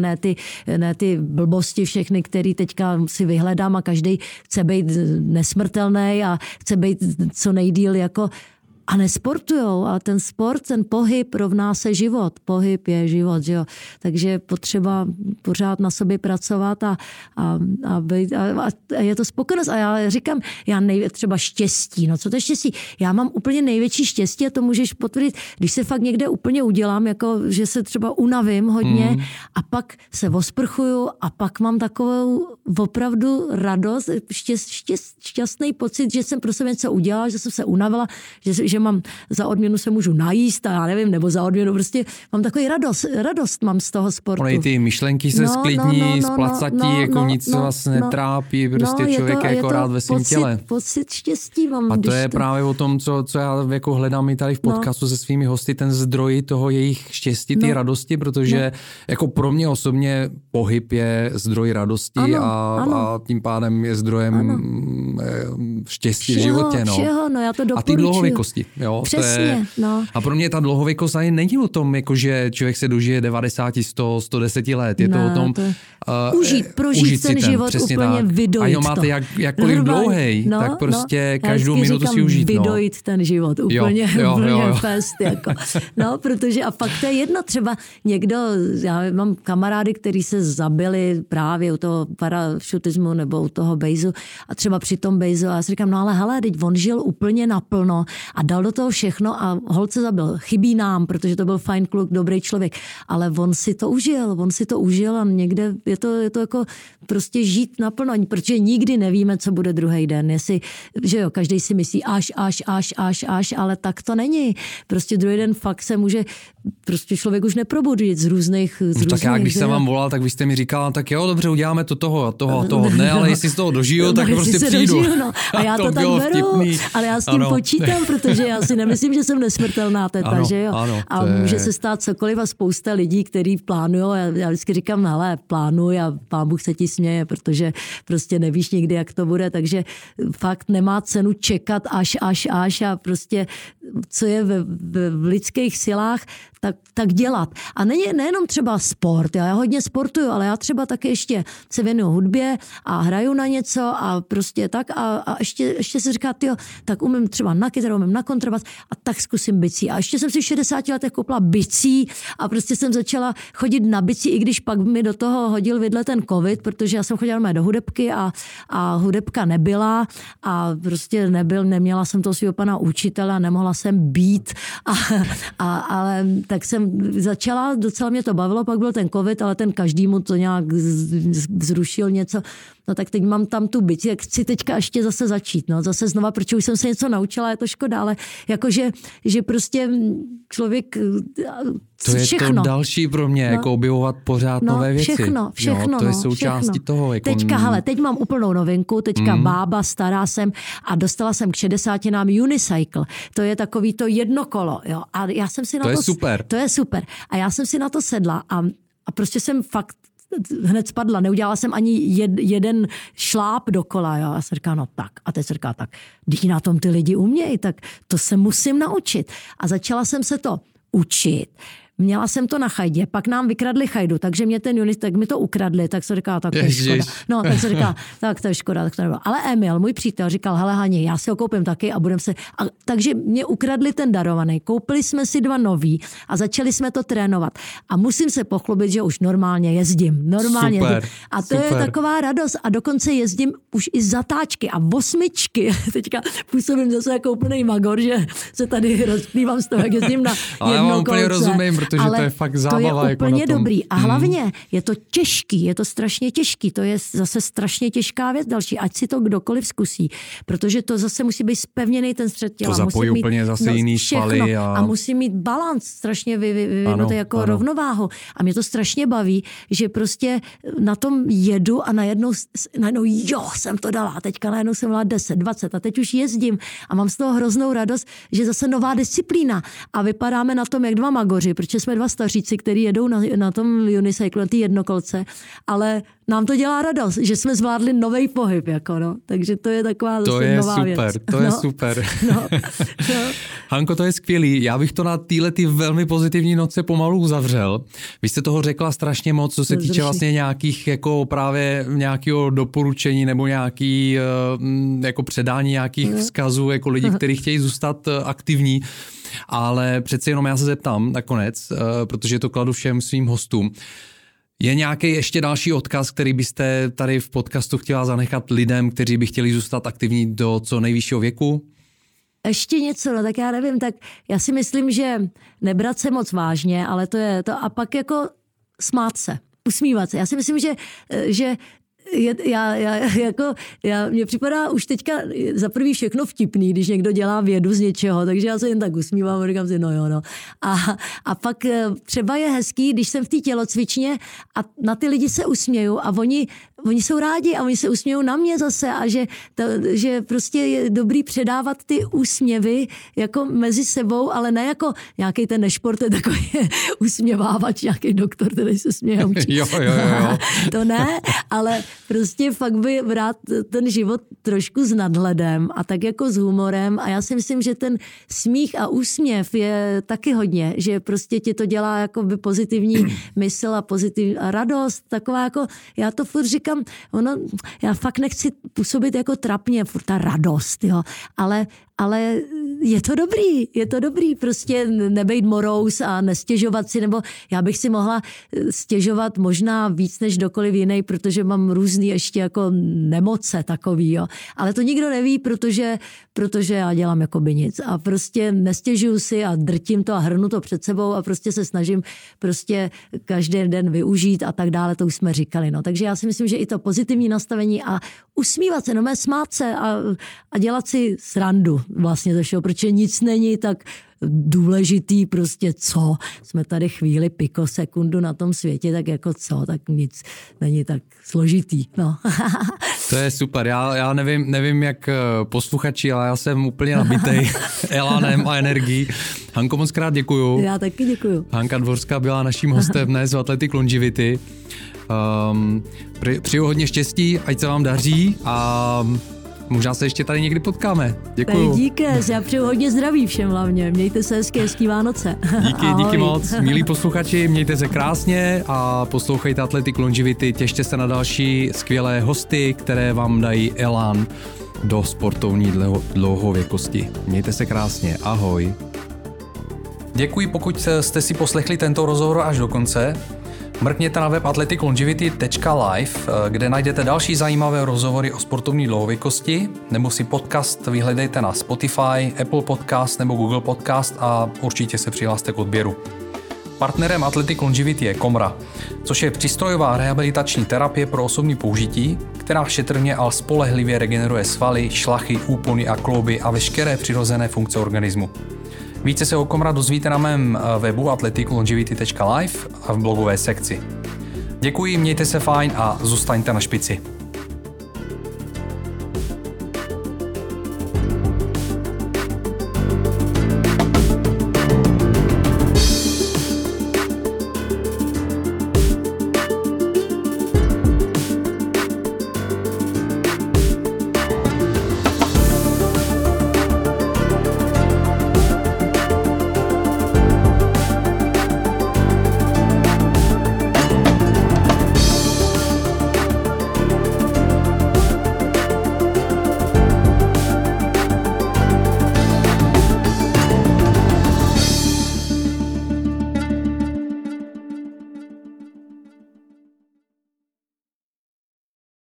ne ty blbosti všechny, které teďka si vyhledám a každý chce být nesmrtelný a chce být co nejdýl jako a nesportujou a ten sport, ten pohyb rovná se život. Pohyb je život, že jo. Takže potřeba pořád na sobě pracovat a je to spokojenost. A já říkám, třeba štěstí. No co to je štěstí? Já mám úplně největší štěstí a to můžeš potvrdit, když se fakt někde úplně udělám, jako že se třeba unavím hodně a pak se osprchuju a pak mám takovou opravdu radost, šťastný pocit, že jsem pro sebe něco udělala, že jsem se unavila, že mám za odměnu se můžu najíst a já nevím, nebo za odměnu prostě mám takový radost mám z toho sportu. Ono i ty myšlenky se sklidní, splacatí, nic vás netrápí, prostě člověk je jako rád ve svém těle. Pocit štěstí mám. A to je právě o tom, co já jako hledám i tady v podcastu se svými hosty, ten zdroj toho jejich štěstí, ty radosti, protože jako pro mě osobně pohyb je zdroj radosti a tím pádem je zdrojem štěstí v životě. Všeho, já to doporučuji. A ty dlouhověkosti. Jo, přesně, A pro mě ta dlouhověkost ani není o tom, jako že člověk se dožije 90, 100, 110 let. Je to o tom prožít ten život úplně tak. Vydojit. A jo, máte jakkoliv dlouhej, tak prostě každou minutu si užít. Vydojit ten život úplně fest. Jako. Protože a fakt to je jedno, třeba někdo, já mám kamarády, kteří se zabili právě u toho parašutismu nebo u toho bejzu a třeba při tom bejzu a já si říkám, ale hele, teď on žil úplně naplno a dal do toho všechno a holt se zabil. Chybí nám, protože to byl fajn kluk, dobrý člověk, ale on si to užil a někde je to jako prostě žít naplno, protože nikdy nevíme, co bude druhý den. Že jo, každý si myslí až, ale tak to není. Prostě druhý den fakt se může prostě člověk už neprobudit z různých tak já, když jsem vám volal, tak vy jste mi říkala, tak jo, dobře, uděláme to toho dne, ale jestli z toho dožiju, tak prostě přijdu. A já to tak beru, ale já s tím počítám, protože protože já si nemyslím, že jsem nesmrtelná teta, ano, že jo. Ano, a může se stát cokoliv a spousta lidí, kteří plánujou, já vždycky říkám, hele, plánuj a Pán Bůh se ti směje, protože prostě nevíš nikdy, jak to bude, takže fakt nemá cenu čekat až a prostě co je v lidských silách, tak dělat. A nejenom třeba sport, já hodně sportuju, ale já třeba taky ještě se věnuju hudbě a hraju na něco a prostě tak a ještě si říká, tyjo, tak umím třeba na kytaru, umím na kontrabas a tak zkusím bicí. A ještě jsem si v 60 letech koupila bicí a prostě jsem začala chodit na bicí, i když pak mi do toho hodil vidle ten covid, protože já jsem chodila do hudebky a hudebka nebyla a prostě neměla jsem toho svého pana učitele a nemohla jsem být ale tak jsem začala, docela mě to bavilo, pak byl ten covid, ale ten každému to nějak zrušil něco. No tak teď mám tam tu bicí, jak chci teďka ještě zase začít, no zase znova, protože už jsem se něco naučila, je to škoda, ale jakože, že prostě člověk to je všechno. To další pro mě, jako objevovat pořád nové věci. Všechno, jo, to je součástí toho. Jako... Teď mám úplnou novinku, bába, stará jsem a dostala jsem k 60 unicycle. To je takový to jednokolo, jo. A já jsem si na to... je super. To je super. A já jsem si na to sedla a prostě jsem fakt hned spadla. Neudělala jsem ani jeden šláp dokola. Jo. A se říká, no tak. A teď se říká, tak, když na tom ty lidi umějí, tak to se musím naučit. A začala jsem se to učit. Měla jsem to na chajdě, pak nám vykradli chajdu, takže mě tak mi to ukradli, tak se říká, tak to je škoda. No, tak se říká, tak to je škoda, tak to nebylo. Ale Emil, můj přítel, říkal, hele Hani, já si ho koupím taky a budeme se... takže mě ukradli ten darovaný, koupili jsme si 2 nový a začali jsme to trénovat. A musím se pochlubit, že už normálně jezdím. Super. A to je taková radost a dokonce jezdím už i zatáčky a 8. Teďka působím zase jako úplnej magor, že se tady rozplývám z toho, jak jezdím na jednokolce. Rozumím, protože ale to je fakt zábava. To je úplně jako dobrý. A hlavně je to těžký, je to strašně těžký. To je zase strašně těžká věc další. Ať si to kdokoliv zkusí. Protože to zase musí být spevněný ten střed těla. To zapojí úplně zase jiný svaly. A musí mít balans strašně vyvinutý jako rovnováhu. A mě to strašně baví, že prostě na tom jedu a najednou jo, jsem to dala. A teďka najednou jsem měla 10, 20 a teď už jezdím. A mám z toho hroznou radost, že zase nová disciplína. A vypadáme na tom jak 2 magoři, protože jsme 2 staříci, kteří jedou na tom unicycle, na té jednokolce, ale nám to dělá radost, že jsme zvládli nový pohyb, jako no. Takže to je taková zase nová věc. To je super. No. Hanko, to je skvělý. Já bych to na této velmi pozitivní noci pomalu uzavřel. Vy jste toho řekla strašně moc, co se týče vlastně nějakých, jako právě nějakého doporučení nebo nějaký jako předání nějakých vzkazů, jako lidi, kteří chtějí zůstat aktivní. Ale přeci jenom já se zeptám nakonec, protože to kladu všem svým hostům. Je nějaký ještě další odkaz, který byste tady v podcastu chtěla zanechat lidem, kteří by chtěli zůstat aktivní do co nejvyššího věku? Ještě něco, no tak já nevím, tak já si myslím, že nebrat se moc vážně, ale to je to a pak jako smát se, usmívat se. Já si myslím, že mně připadá už teďka za prvý všechno vtipný, když někdo dělá vědu z něčeho, takže já se jen tak usmívám a říkám si, no jo, no. A pak třeba je hezký, když jsem v té tělocvičně a na ty lidi se usměju a oni jsou rádi a oni se usmějou na mě zase a že prostě je dobrý předávat ty úsměvy jako mezi sebou, ale ne jako nějaký ten nešport, je takový usměvávač, nějaký doktor, který se směje. Jo. To ne, ale prostě fakt by brát ten život trošku s nadhledem a tak jako s humorem a já si myslím, že ten smích a úsměv je taky hodně, že prostě ti to dělá jako by pozitivní mysl a pozitivní a radost, taková jako, já to furt říkám, já fakt nechci působit jako trapně, furt ta radost, jo, ale je to dobrý, prostě nebejt morous a nestěžovat si, nebo já bych si mohla stěžovat možná víc než kdokoliv jiný, protože mám různý ještě jako nemoce takový, jo. Ale to nikdo neví, protože já dělám jakoby nic a prostě nestěžuju si a drtím to a hrnu to před sebou a prostě se snažím prostě každý den využít a tak dále, to už jsme říkali, no. Takže já si myslím, že i to pozitivní nastavení a usmívat se, smát se a dělat si srandu vlastně ze všeho, protože nic není tak důležitý, prostě co. Jsme tady chvíli, sekundu na tom světě, tak jako co, tak nic není tak složitý, no. To je super, já nevím jak posluchači, ale já jsem úplně nabitej elánem a energií. Hanko, moc krát děkuju. Já taky děkuju. Hanka Dvorská byla naším hostem dnes v Athletic Longevity. Přeju hodně štěstí, ať se vám daří a možná se ještě tady někdy potkáme. Děkuju. Díky, já přeju hodně zdraví všem hlavně. Mějte se hezký Vánoce. Díky moc. Milí posluchači, mějte se krásně a poslouchejte Athletic Longevity. Těšte se na další skvělé hosty, které vám dají elán do sportovní dlouhověkosti. Mějte se krásně. Ahoj. Děkuji, pokud jste si poslechli tento rozhovor až do konce. Mrkněte na web athleticlongevity.live, kde najdete další zajímavé rozhovory o sportovní dlouhověkosti, nebo si podcast vyhledejte na Spotify, Apple Podcast nebo Google Podcast a určitě se přihlaste k odběru. Partnerem Athletic Longevity je Komra, což je přístrojová rehabilitační terapie pro osobní použití, která šetrně a spolehlivě regeneruje svaly, šlachy, úpony a klouby a veškeré přirozené funkce organismu. Více se o Komra dozvíte na mém webu athleticlongevity.live a v blogové sekci. Děkuji, mějte se fajn a zůstaňte na špici.